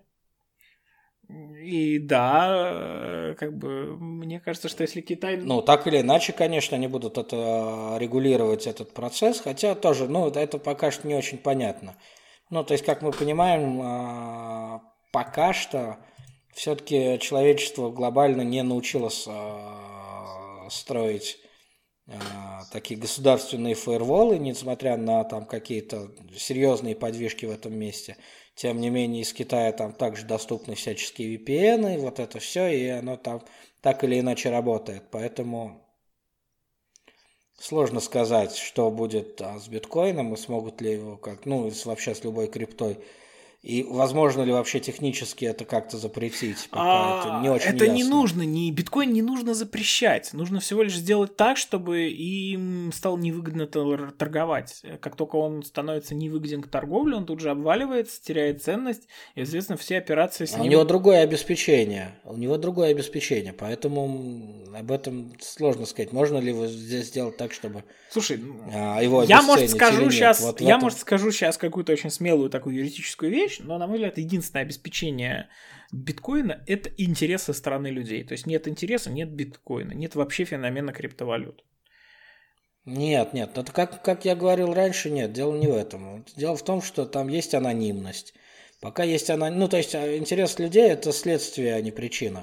Speaker 2: И да, как бы, мне кажется, что если Китай...
Speaker 1: Ну, так или иначе, конечно, они будут это регулировать, этот процесс, хотя тоже, ну, это пока что не очень понятно. Ну, то есть, как мы понимаем, пока что все-таки человечество глобально не научилось строить такие государственные фаерволы, несмотря на там какие-то серьезные подвижки в этом месте. Тем не менее, из Китая там также доступны всяческие ви пи эн, вот это все, и оно там так или иначе работает. Поэтому сложно сказать, что будет а, с биткоином, и смогут ли его как, ну, вообще с любой криптой. И возможно ли вообще технически это как-то запретить? Пока а, это не очень
Speaker 2: это
Speaker 1: ясно.
Speaker 2: Не нужно, не, биткоин не нужно запрещать. Нужно всего лишь сделать так, чтобы им стало невыгодно торговать. Как только он становится невыгоден к торговле, он тут же обваливается, теряет ценность, и, естественно, все операции с
Speaker 1: а
Speaker 2: ним...
Speaker 1: У него другое обеспечение. У него другое обеспечение, поэтому об этом сложно сказать. Можно ли здесь сделать так, чтобы
Speaker 2: Слушай,
Speaker 1: а, его
Speaker 2: я, может, скажу сейчас,
Speaker 1: вот
Speaker 2: я,
Speaker 1: этом...
Speaker 2: может, скажу сейчас какую-то очень смелую такую юридическую вещь, но, на мой взгляд, единственное обеспечение биткоина – это интерес со стороны людей. То есть нет интереса, нет биткоина, нет вообще феномена криптовалют.
Speaker 1: Нет, нет, это как, как я говорил раньше, нет, дело не в этом. Дело в том, что там есть анонимность. Пока есть анонимность, ну, то есть интерес людей – это следствие, а не причина.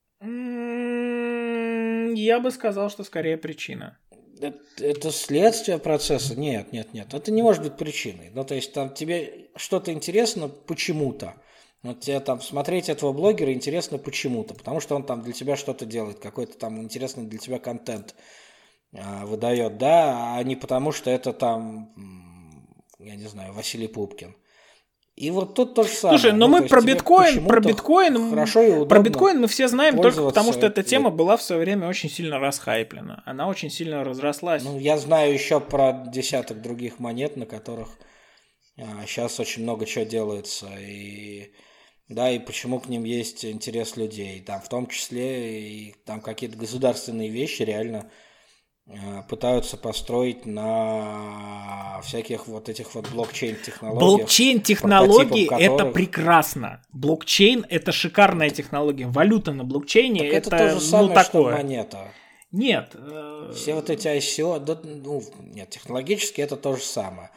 Speaker 2: Я бы сказал, что скорее причина.
Speaker 1: Это, это следствие процесса? Нет, нет, нет. Это не может быть причиной. Ну, то есть, там тебе что-то интересно почему-то. Вот тебе там смотреть этого блогера интересно почему-то, потому что он там для тебя что-то делает, какой-то там интересный для тебя контент а, выдает, да, а не потому что это там, я не знаю, Василий Пупкин. И вот тут то же самое.
Speaker 2: Слушай, но
Speaker 1: ну,
Speaker 2: мы про биткоин, про биткоин,
Speaker 1: хорошо и удобно
Speaker 2: про биткоин мы все знаем только потому, что эта
Speaker 1: этой...
Speaker 2: тема была в свое время очень сильно расхайплена. Она очень сильно разрослась.
Speaker 1: Ну, я знаю еще про десяток других монет, на которых а, сейчас очень много чего делается. И да, и почему к ним есть интерес людей. Там в том числе и там какие-то государственные вещи реально пытаются построить на всяких вот этих вот блокчейн-технологиях.
Speaker 2: Блокчейн-технологии – это прекрасно. Блокчейн – это шикарная технология. Валюта на блокчейне – это,
Speaker 1: это то же самое,
Speaker 2: ну, такое.
Speaker 1: что монета.
Speaker 2: Нет.
Speaker 1: Все вот эти ай си о, да, ну, нет, технологически это то же самое.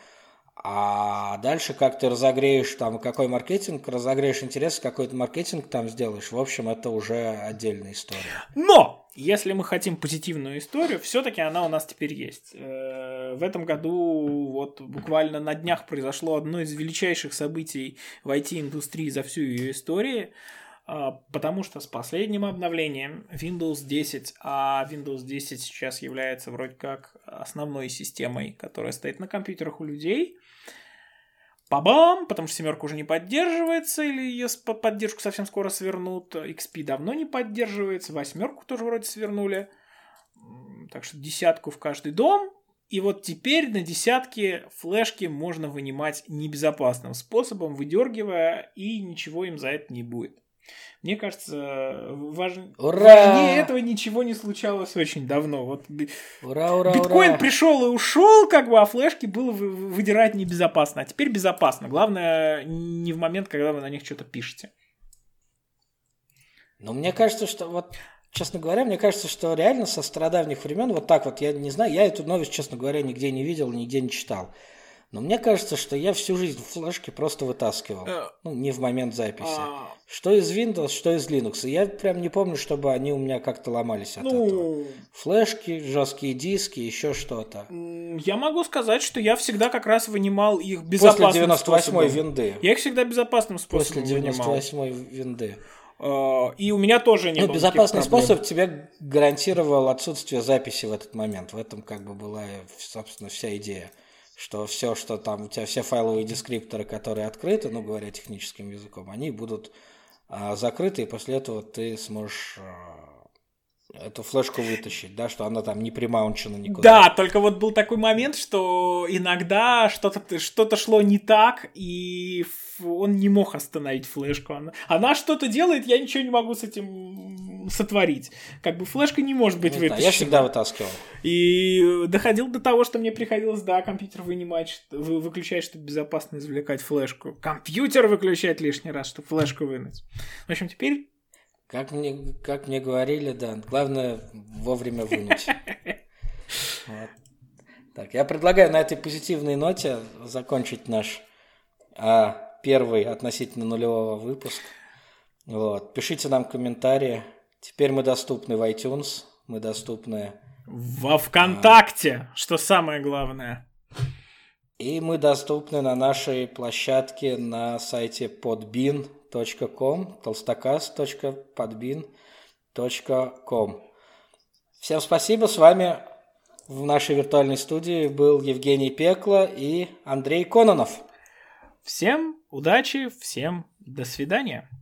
Speaker 1: А дальше, как ты разогреешь там, какой маркетинг, разогреешь интерес, какой-то маркетинг там сделаешь, в общем, это уже отдельная история.
Speaker 2: Но! Если мы хотим позитивную историю, все-таки она у нас теперь есть. В этом году вот буквально на днях произошло одно из величайших событий в ай ти-индустрии за всю ее историю, потому что с последним обновлением Windows десять, а Windows десять сейчас является вроде как основной системой, которая стоит на компьютерах у людей, Па-бам! Потому что семерка уже не поддерживается, или ее поддержку совсем скоро свернут. икс пи давно не поддерживается, восьмерку тоже вроде свернули. Так что десятку в каждый дом. И вот теперь на десятке флешки можно вынимать небезопасным способом, выдергивая, и ничего им за это не будет. Мне кажется, важ... важнее этого ничего не случалось очень давно. Вот
Speaker 1: ура, ура,
Speaker 2: биткоин
Speaker 1: ура.
Speaker 2: пришел и ушел, как бы, а флешки было выдирать небезопасно. А теперь безопасно. Главное, не в момент, когда вы на них что-то пишете.
Speaker 1: Но мне кажется, что вот, честно говоря, мне кажется, что реально со стародавних времен, вот так вот, я не знаю, я эту новость, честно говоря, нигде не видел, нигде не читал. Но мне кажется, что я всю жизнь флешки просто вытаскивал. Ну, не в момент записи. Что из Windows, что из Linux. И я прям не помню, чтобы они у меня как-то ломались от ну... этого. Флешки, жесткие диски, еще что-то.
Speaker 2: Я могу сказать, что я всегда как раз вынимал их безопасным
Speaker 1: После девяносто восьмой
Speaker 2: способом.
Speaker 1: винды.
Speaker 2: Я их всегда безопасным способом
Speaker 1: После девяносто восьмой винды.
Speaker 2: И у меня тоже не
Speaker 1: ну,
Speaker 2: было
Speaker 1: безопасный способ тебе гарантировал отсутствие записи в этот момент. В этом как бы была, собственно, вся идея. Что все, что там, у тебя все файловые дескрипторы, которые открыты, ну, говоря техническим языком, они будут а, закрыты, и после этого ты сможешь а, эту флешку вытащить, да, что она там не примаунчена никуда.
Speaker 2: Да, только вот был такой момент, что иногда что-то, что-то шло не так, и он не мог остановить флешку. Она, она что-то делает, я ничего не могу с этим сотворить. Как бы флешка не может быть
Speaker 1: не
Speaker 2: вытащена.
Speaker 1: Знаю, я всегда вытаскивал.
Speaker 2: И доходил до того, что мне приходилось, да, компьютер вынимать, выключать, чтобы безопасно извлекать флешку. Компьютер выключать лишний раз, чтобы флешку вынуть. В общем, теперь...
Speaker 1: Как мне, как мне говорили, да, главное вовремя вынуть. Вот. Так, я предлагаю на этой позитивной ноте закончить наш а, первый относительно нулевого выпуск. Вот. Пишите нам комментарии. Теперь мы доступны в iTunes, мы доступны...
Speaker 2: Во ВКонтакте, а, что самое главное.
Speaker 1: И мы доступны на нашей площадке на сайте подбин точка ком, толстокаст точка подбин точка ком. Всем спасибо, с вами в нашей виртуальной студии был Евгений Пекло и Андрей Кононов.
Speaker 2: Всем удачи, всем до свидания.